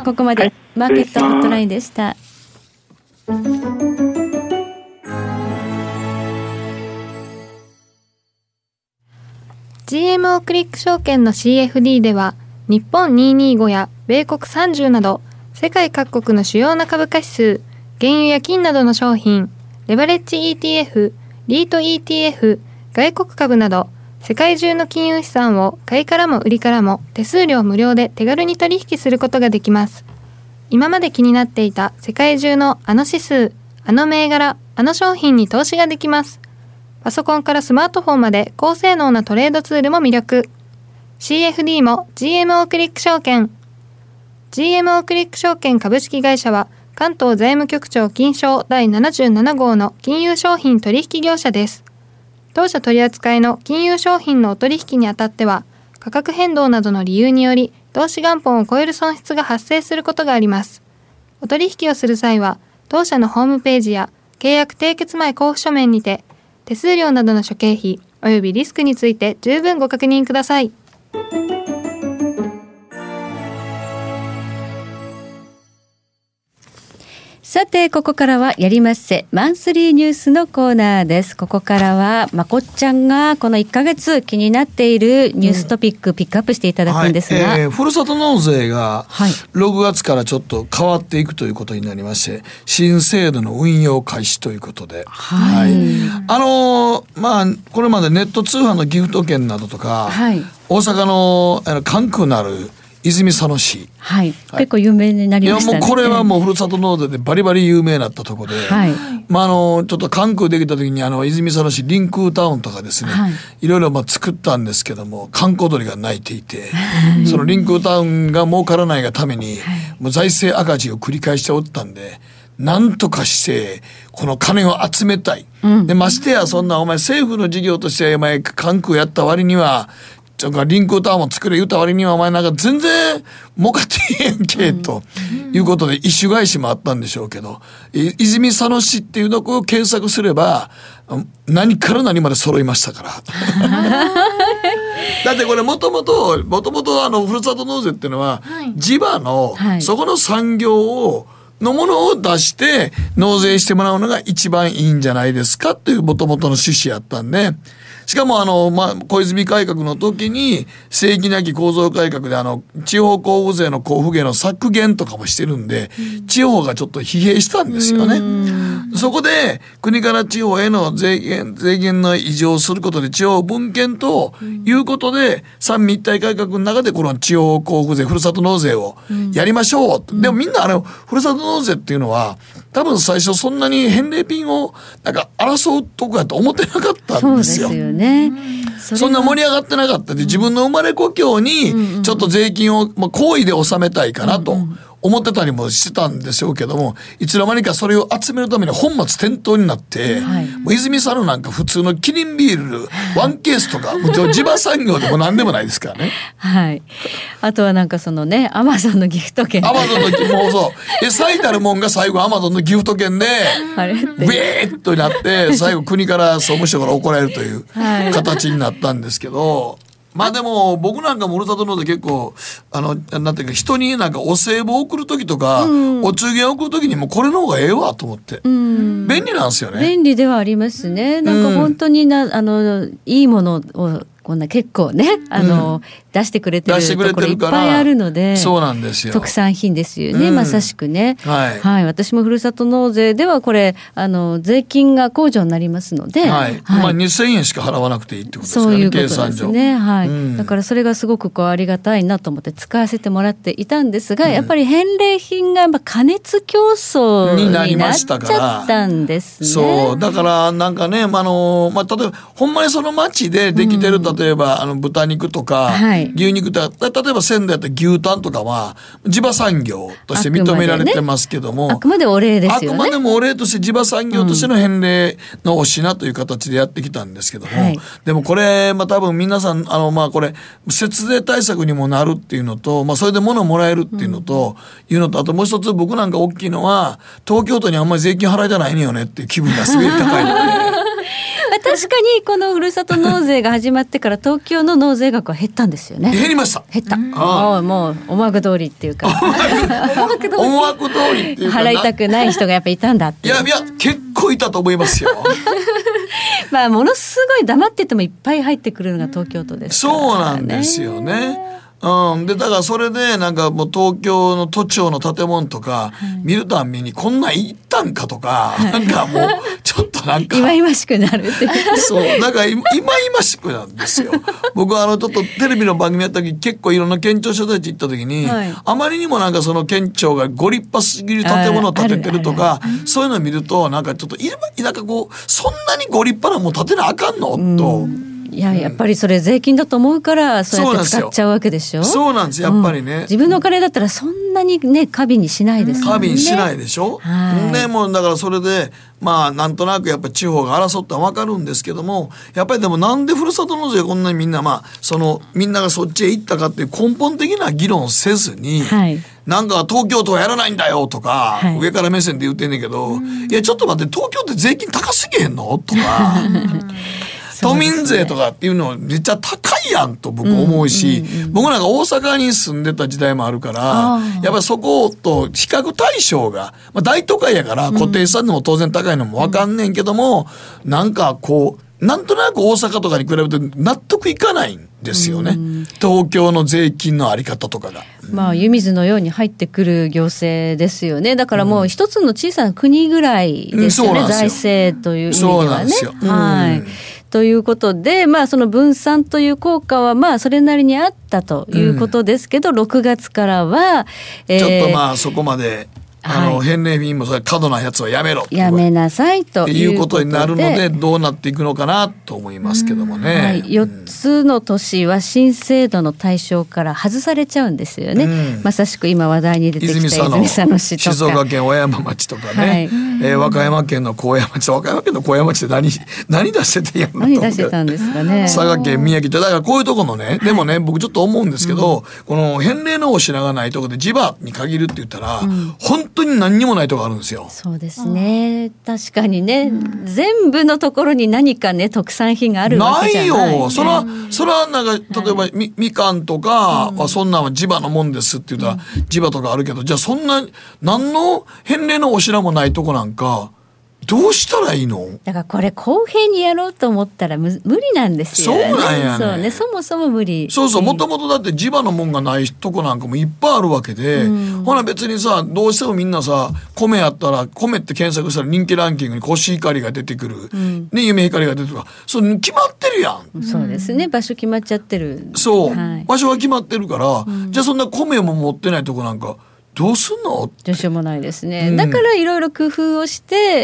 ここまでマーケットホットラインでした。 GMO クリック証券の CFD では日本225や米国30など世界各国の主要な株価指数、原油や金などの商品、レバレッジ ETF、リート ETF、外国株など世界中の金融資産を買いからも売りからも手数料無料で手軽に取引することができます。今まで気になっていた世界中のあの指数、あの銘柄、あの商品に投資ができます。パソコンからスマートフォンまで高性能なトレードツールも魅力。CFD も GMO クリック証券。GMO クリック証券株式会社は関東財務局長金賞第77号の金融商品取引業者です。当社取扱いの金融商品のお取引にあたっては価格変動などの理由により投資元本を超える損失が発生することがあります。お取引をする際は当社のホームページや契約締結前交付書面にて手数料などの諸経費およびリスクについて十分ご確認ください。 さてここからはやりまっせマンスリーニュースのコーナーです。ここからはまこっちゃんがこの1ヶ月気になっているニューストピックピックアップしていただくんですが、 ふるさと納税が6月からちょっと変わっていくということになりまして、新制度の運用開始ということで、これまでネット通販のギフト券などとか、大阪の関空なる泉佐野市、 結構有名になりましたね。 いやもうこれはもうふるさと納税でバリバリ有名になったところで、ちょっと関空できた時に泉佐野市リンクタウンとかですね、いろいろ作ったんですけども観光鳥が鳴いていて、そのリンクタウンが儲からないがために、もう財政赤字を繰り返しておったんで、なんとかしてこの金を集めたい、でましてやそんなお前政府の事業としてお前関空やった割にはリンクタウンも作れ言った割にはお前なんか全然儲かってへんけということで一種返しもあったんでしょうけど、泉佐野市っていうのを検索すれば何から何まで揃いましたからだってこれもともとふるさと納税っていうのは、地場のそこの産業のものを出して納税してもらうのが一番いいんじゃないですかっていうもともとの趣旨やったんで、しかも小泉改革の時に正規なき構造改革で地方交付税の交付減の削減とかもしてるんで、地方がちょっと疲弊したんですよね。そこで国から地方への税源の移譲をすることで地方分権ということで、三位一体改革の中でこの地方交付税ふるさと納税をやりましょう、でもみんなふるさと納税っていうのは多分最初そんなに返礼品をなんか争うとこやと思ってなかったんですよ。 そうですよね。 そんな盛り上がってなかったで、自分の生まれ故郷にちょっと税金を好意で納めたいかなと思ってたりもしてたんでしょうけども、いつの間にかそれを集めるために本末転倒になって、もう泉佐野なんか普通のキリンビールワンケースとか地場産業でも何でもないですからねあとはなんかそのねアマゾンのギフト券、 アマゾンのもうそう最たるもんが最後アマゾンのギフト券でウェーッとなって最後国から総務省から怒られるという形になったんですけど、でも僕なんかもふるさと納税結構なんていうか人になんかお歳暮を送る時とか、お中元を送る時にもこれの方がええわと思って、便利なんですよね。 便利ではありますね。なんか本当にいいものをこんな結構ね出してくれてるところいっぱいあるので、 そうなんですよ。 特産品ですよね、まさしくね。私もふるさと納税ではこれ税金が控除になりますので、 2000円しか払わなくていいってことですからね、 そういうことですね。だからそれがすごくありがたいなと思って使わせてもらっていたんですが、やっぱり返礼品が加熱競争になっちゃったんですね。 そうだからなんかね、例えばほんまにその町でできてる、例えば豚肉とか、牛肉とか、例えば仙台だったら牛タンとかは地場産業として認められてますけども、 あくまでお礼ですよね。 あくまでもお礼として地場産業としての返礼のお品という形でやってきたんですけども、でもこれ多分皆さんこれ節税対策にもなるっていうのと、それで物もらえるっていうのと、あともう一つ僕なんか大きいのは東京都にあんまり税金払いたないねよねっていう気分がすごい高いので確かにこのふるさと納税が始まってから東京の納税額は減ったんですよね。 減りました。 減った。もう思惑通りっていうか思惑通りっていうか払いたくない人がやっぱいたんだって。 いや結構いたと思いますよまあものすごい黙っててもいっぱい入ってくるのが東京都ですからね。 そうなんですよね。でだからそれでなんかもう東京の都庁の建物とか見るたびにこんなん行ったんかとか、なんかもうちょっとなんか忌々しくなるってそうなんか忌々しくなんですよ。僕はちょっとテレビの番組やった時結構いろんな県庁所在地行った時に、あまりにもなんかその県庁がご立派すぎる建物を建ててるとかそういうのを見るとなんかちょっとなんかこうそんなにご立派なもん建てなあかんのと。 やっぱりそれ税金だと思うからそうやって使っちゃうわけでしょ。 そうなんですやっぱりね、 自分のお金だったらそんなにね過敏にしないですもんね。 過敏しないでしょ、ね、もうだからそれでまあなんとなくやっぱり地方が争ったら分かるんですけども、やっぱりでもなんでふるさと納税こんなにみんなみんながそっちへ行ったかっていう根本的な議論せずに、なんか東京都はやらないんだよとか、上から目線で言ってんねんけど、いやちょっと待って東京って税金高すぎへんのとか都民税とかっていうのめっちゃ高いやんと僕思うし、僕なんか大阪に住んでた時代もあるからやっぱりそこと比較対象が、大都会やから固定資産でも当然高いのも分かんねんけども、なんかこうなんとなく大阪とかに比べて納得いかないんですよね、東京の税金のあり方とかが。 湯水のように入ってくる行政ですよね。だからもう一つの小さな国ぐらいですよね、財政という意味ではね。そうなんですよ。ということで、その分散という効果はそれなりにあったということですけど、6月からは、 ちょっとそこまで返礼品もそれ過度なやつはやめろやめなさいということになるのでどうなっていくのかなと思いますけどもね、 4つの都市は新制度の対象から外されちゃうんですよね、まさしく今話題に出てきた泉佐野市とか静岡県小山町とかね、和歌山県の高野町、和歌山県の高野町って何出しててんやんのと何出してたんですかね。 佐賀県宮城ってだからこういうところのね、でもね僕ちょっと思うんですけど、この返礼のお品がないところで地場に限るって言ったら、本当に何にもないとこあるんですよ。 そうですね、確かにね、全部のところに何かね特産品があるわけじゃない。 ないよ。そらなんか例えば、みかんとかはそんなんは地場のもんですって言ったら、地場とかあるけど、じゃあそんな何の返礼のお品もないとこなんかどうしたらいいの？ だからこれ公平にやろうと思ったら無理なんですよね。 そうなんやね。 そうね、そもそも無理。 そうもともとだって地場のもんがないとこなんかもいっぱいあるわけで、ほな別にさどうしてもみんなさ米やったら米って検索したら人気ランキングにコシヒカリが出てくる、ね、夢ひかりが出てくる、そう決まってるやん。 そうですね、場所決まっちゃってる。 そう、場所は決まってるから、じゃあそんな米も持ってないとこなんかどうすんの？ どうしようもないですね、だからいろいろ工夫をして、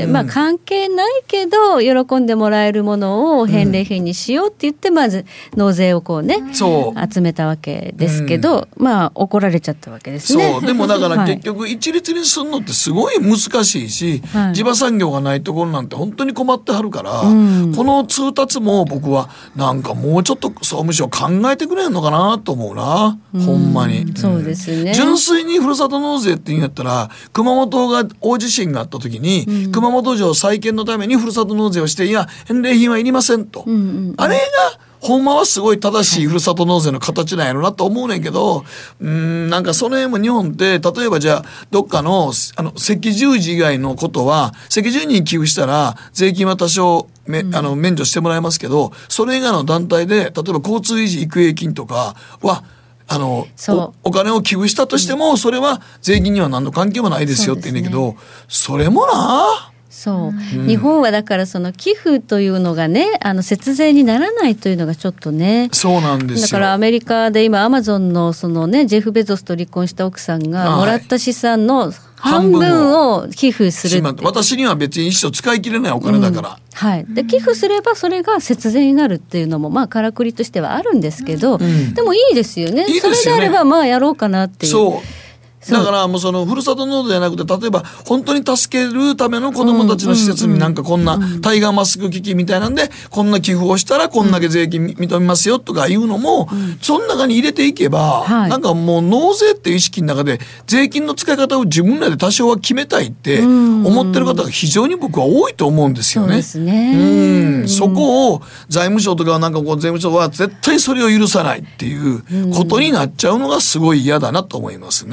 関係ないけど喜んでもらえるものを返礼品にしようって言って、まず納税をこうね集めたわけですけど、怒られちゃったわけですね。 そうでもだから結局一律にするのってすごい難しいし、地場産業がないところなんて本当に困ってはるから、この通達も僕はなんかもうちょっと総務省考えてくれんのかなと思うな、ほんまに。 そうですね、 純粋にふるさと納税って言うんやったら、熊本が大地震があった時に、熊本城再建のためにふるさと納税をして、いや返礼品はいりませんと、あれがほんまはすごい正しいふるさと納税の形なんやろなと思うねんけど、なんかその辺も日本って例えばじゃあどっかの赤十字以外のことは赤十字に寄付したら税金は多少免除してもらえますけど、それ以外の団体で例えば交通維持育英金とかはお金を寄付したとしても、それは税金には何の関係もないですよって言うんだけど、それもな。 日本はだからその寄付というのがね節税にならないというのがちょっとね。 そうなんですよ。 だからアメリカで今アマゾンのそのねジェフ・ベゾスと離婚した奥さんがもらった資産の半分を寄付する。 私には別に一生使い切れないお金だから、 で寄付すればそれが節税になるっていうのもからくりとしてはあるんですけど、でもいいですよね。 いいですよね。 それであればやろうかなっていう。 だからもうそのふるさと納税じゃなくて、例えば本当に助けるための子どもたちの施設になんかこんなタイガーマスク機器みたいなんでこんな寄付をしたらこんだけ税金認めますよとかいうのも、その中に入れていけば、なんかもう納税っていう意識の中で税金の使い方を自分らで多少は決めたいって思ってる方が非常に僕は多いと思うんですよね。 そうですね。 そこを財務省とかなんかこう税務署は絶対それを許さないっていうことになっちゃうのがすごい嫌だなと思いますね。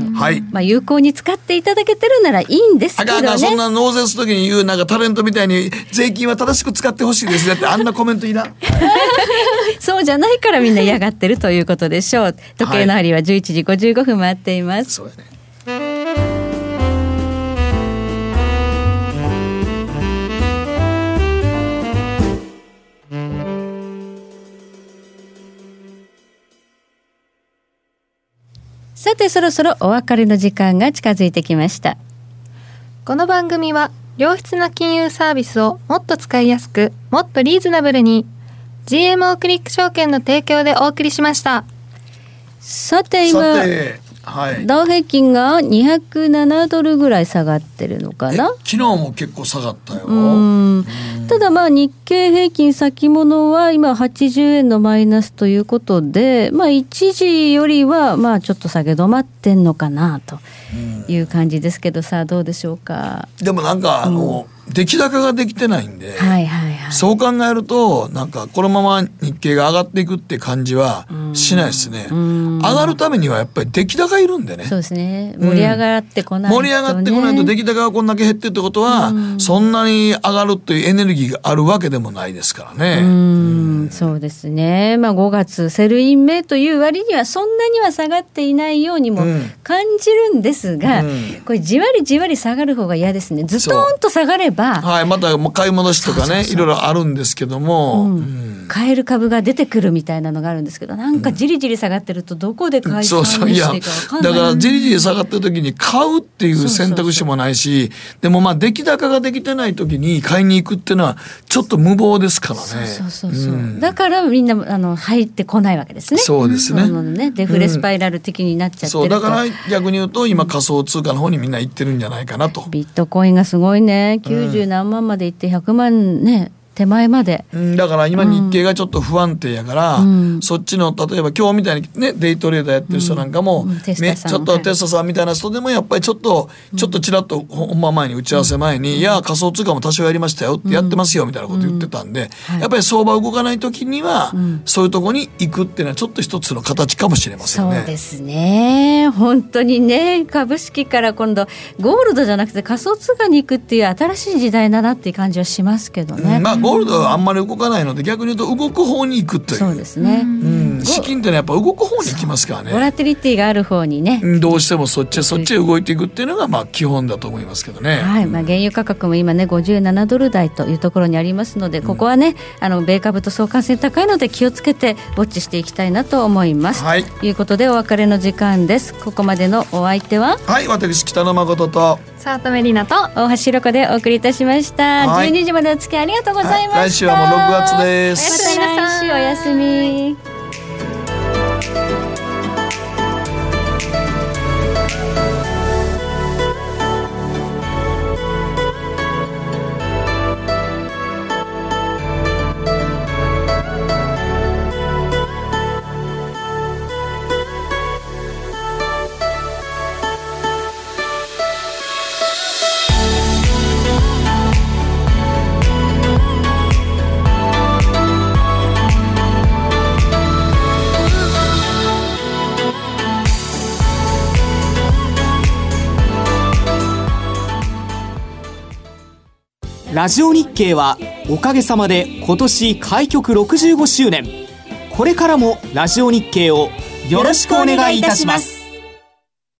はい、 有効に使っていただけてるならいいんですけどね。 そんな納税するときに言うなんかタレントみたいに税金は正しく使ってほしいですねってあんなコメントいらんそうじゃないからみんな嫌がってるということでしょう。時計の針は11時55分回っています。 そうやね。 さてそろそろお別れの時間が近づいてきました。 この番組は良質な金融サービスをもっと使いやすくもっとリーズナブルに GMO クリック証券の提供でお送りしました。 さて今ダウ平均が207ドルぐらい下がってるのかな。 昨日も結構下がったよ。 ただ日経平均先物は今80円のマイナスということで、一時よりはちょっと下げ止まってんのかなという感じですけど、さあどうでしょうか。 でもなんか出来高ができてないんで、そう考えるとなんかこのまま日経が上がっていくって感じはしないですね。上がるためにはやっぱり出来高いるんでね。 そうですね。盛り上がってこないとね。 盛り上がってこないと出来高がこんだけ減ってるってことは、そんなに上がるというエネルギーがあるわけでもないですからね。 そうですね。5月セルインメイという割にはそんなには下がっていないようにも感じるんですが、これじわりじわり下がる方が嫌ですね。ずっとんと下がれば、 また買い戻しとかね、いろいろあるんですけども、 買える株が出てくるみたいなのがあるんですけど、なんかじりじり下がってるとどこで買い算にしていいか分かんない。 だからじりじり下がってる時に買うっていう選択肢もないし、でも出来高ができてない時に買いに行くっていうのはちょっと無謀ですからね。 だからみんな入ってこないわけですね。 そうですね。 デフレスパイラル的になっちゃってると、 そうだから逆に言うと今仮想通貨の方にみんな行ってるんじゃないかなと。 ビットコインがすごいね。90何万までいって100万ね手前まで、 だから今日経がちょっと不安定やから、そっちの例えば今日みたいにねデイトレーダーやってる人なんかも、ちょっとテスタさんみたいな人でもやっぱりちょっとちらっと本番前に打ち合わせ前に、いや仮想通貨も多少やりましたよってやってますよみたいなこと言ってたんで、やっぱり相場動かない時には、そういうとこに行くっていうのはちょっと一つの形かもしれませんね。 そうですね。本当にね、株式から今度ゴールドじゃなくて仮想通貨に行くっていう新しい時代だなっていう感じはしますけどね。 ゴールドはあんまり動かないので、逆に言うと動く方に行くという。 そうですね。 資金ってのはやっぱ動く方に行きますからね。 ボラティリティがある方にね、 どうしてもそっちへ動いていくっていうのが基本だと思いますけどね。 原油価格も今ね57ドル台というところにありますので、ここはね米株と相関性高いので気をつけてウォッチしていきたいなと思います。ということでお別れの時間です。ここまでのお相手は私北野誠と早乙女里奈と大橋ひろ子でお送りいたしました。12時までお付き合いありがとうございました。 来週はもう6月です。 また来週お休み。 ラジオ日経はおかげさまで今年開局65周年。これからもラジオ日経をよろしくお願いいたします。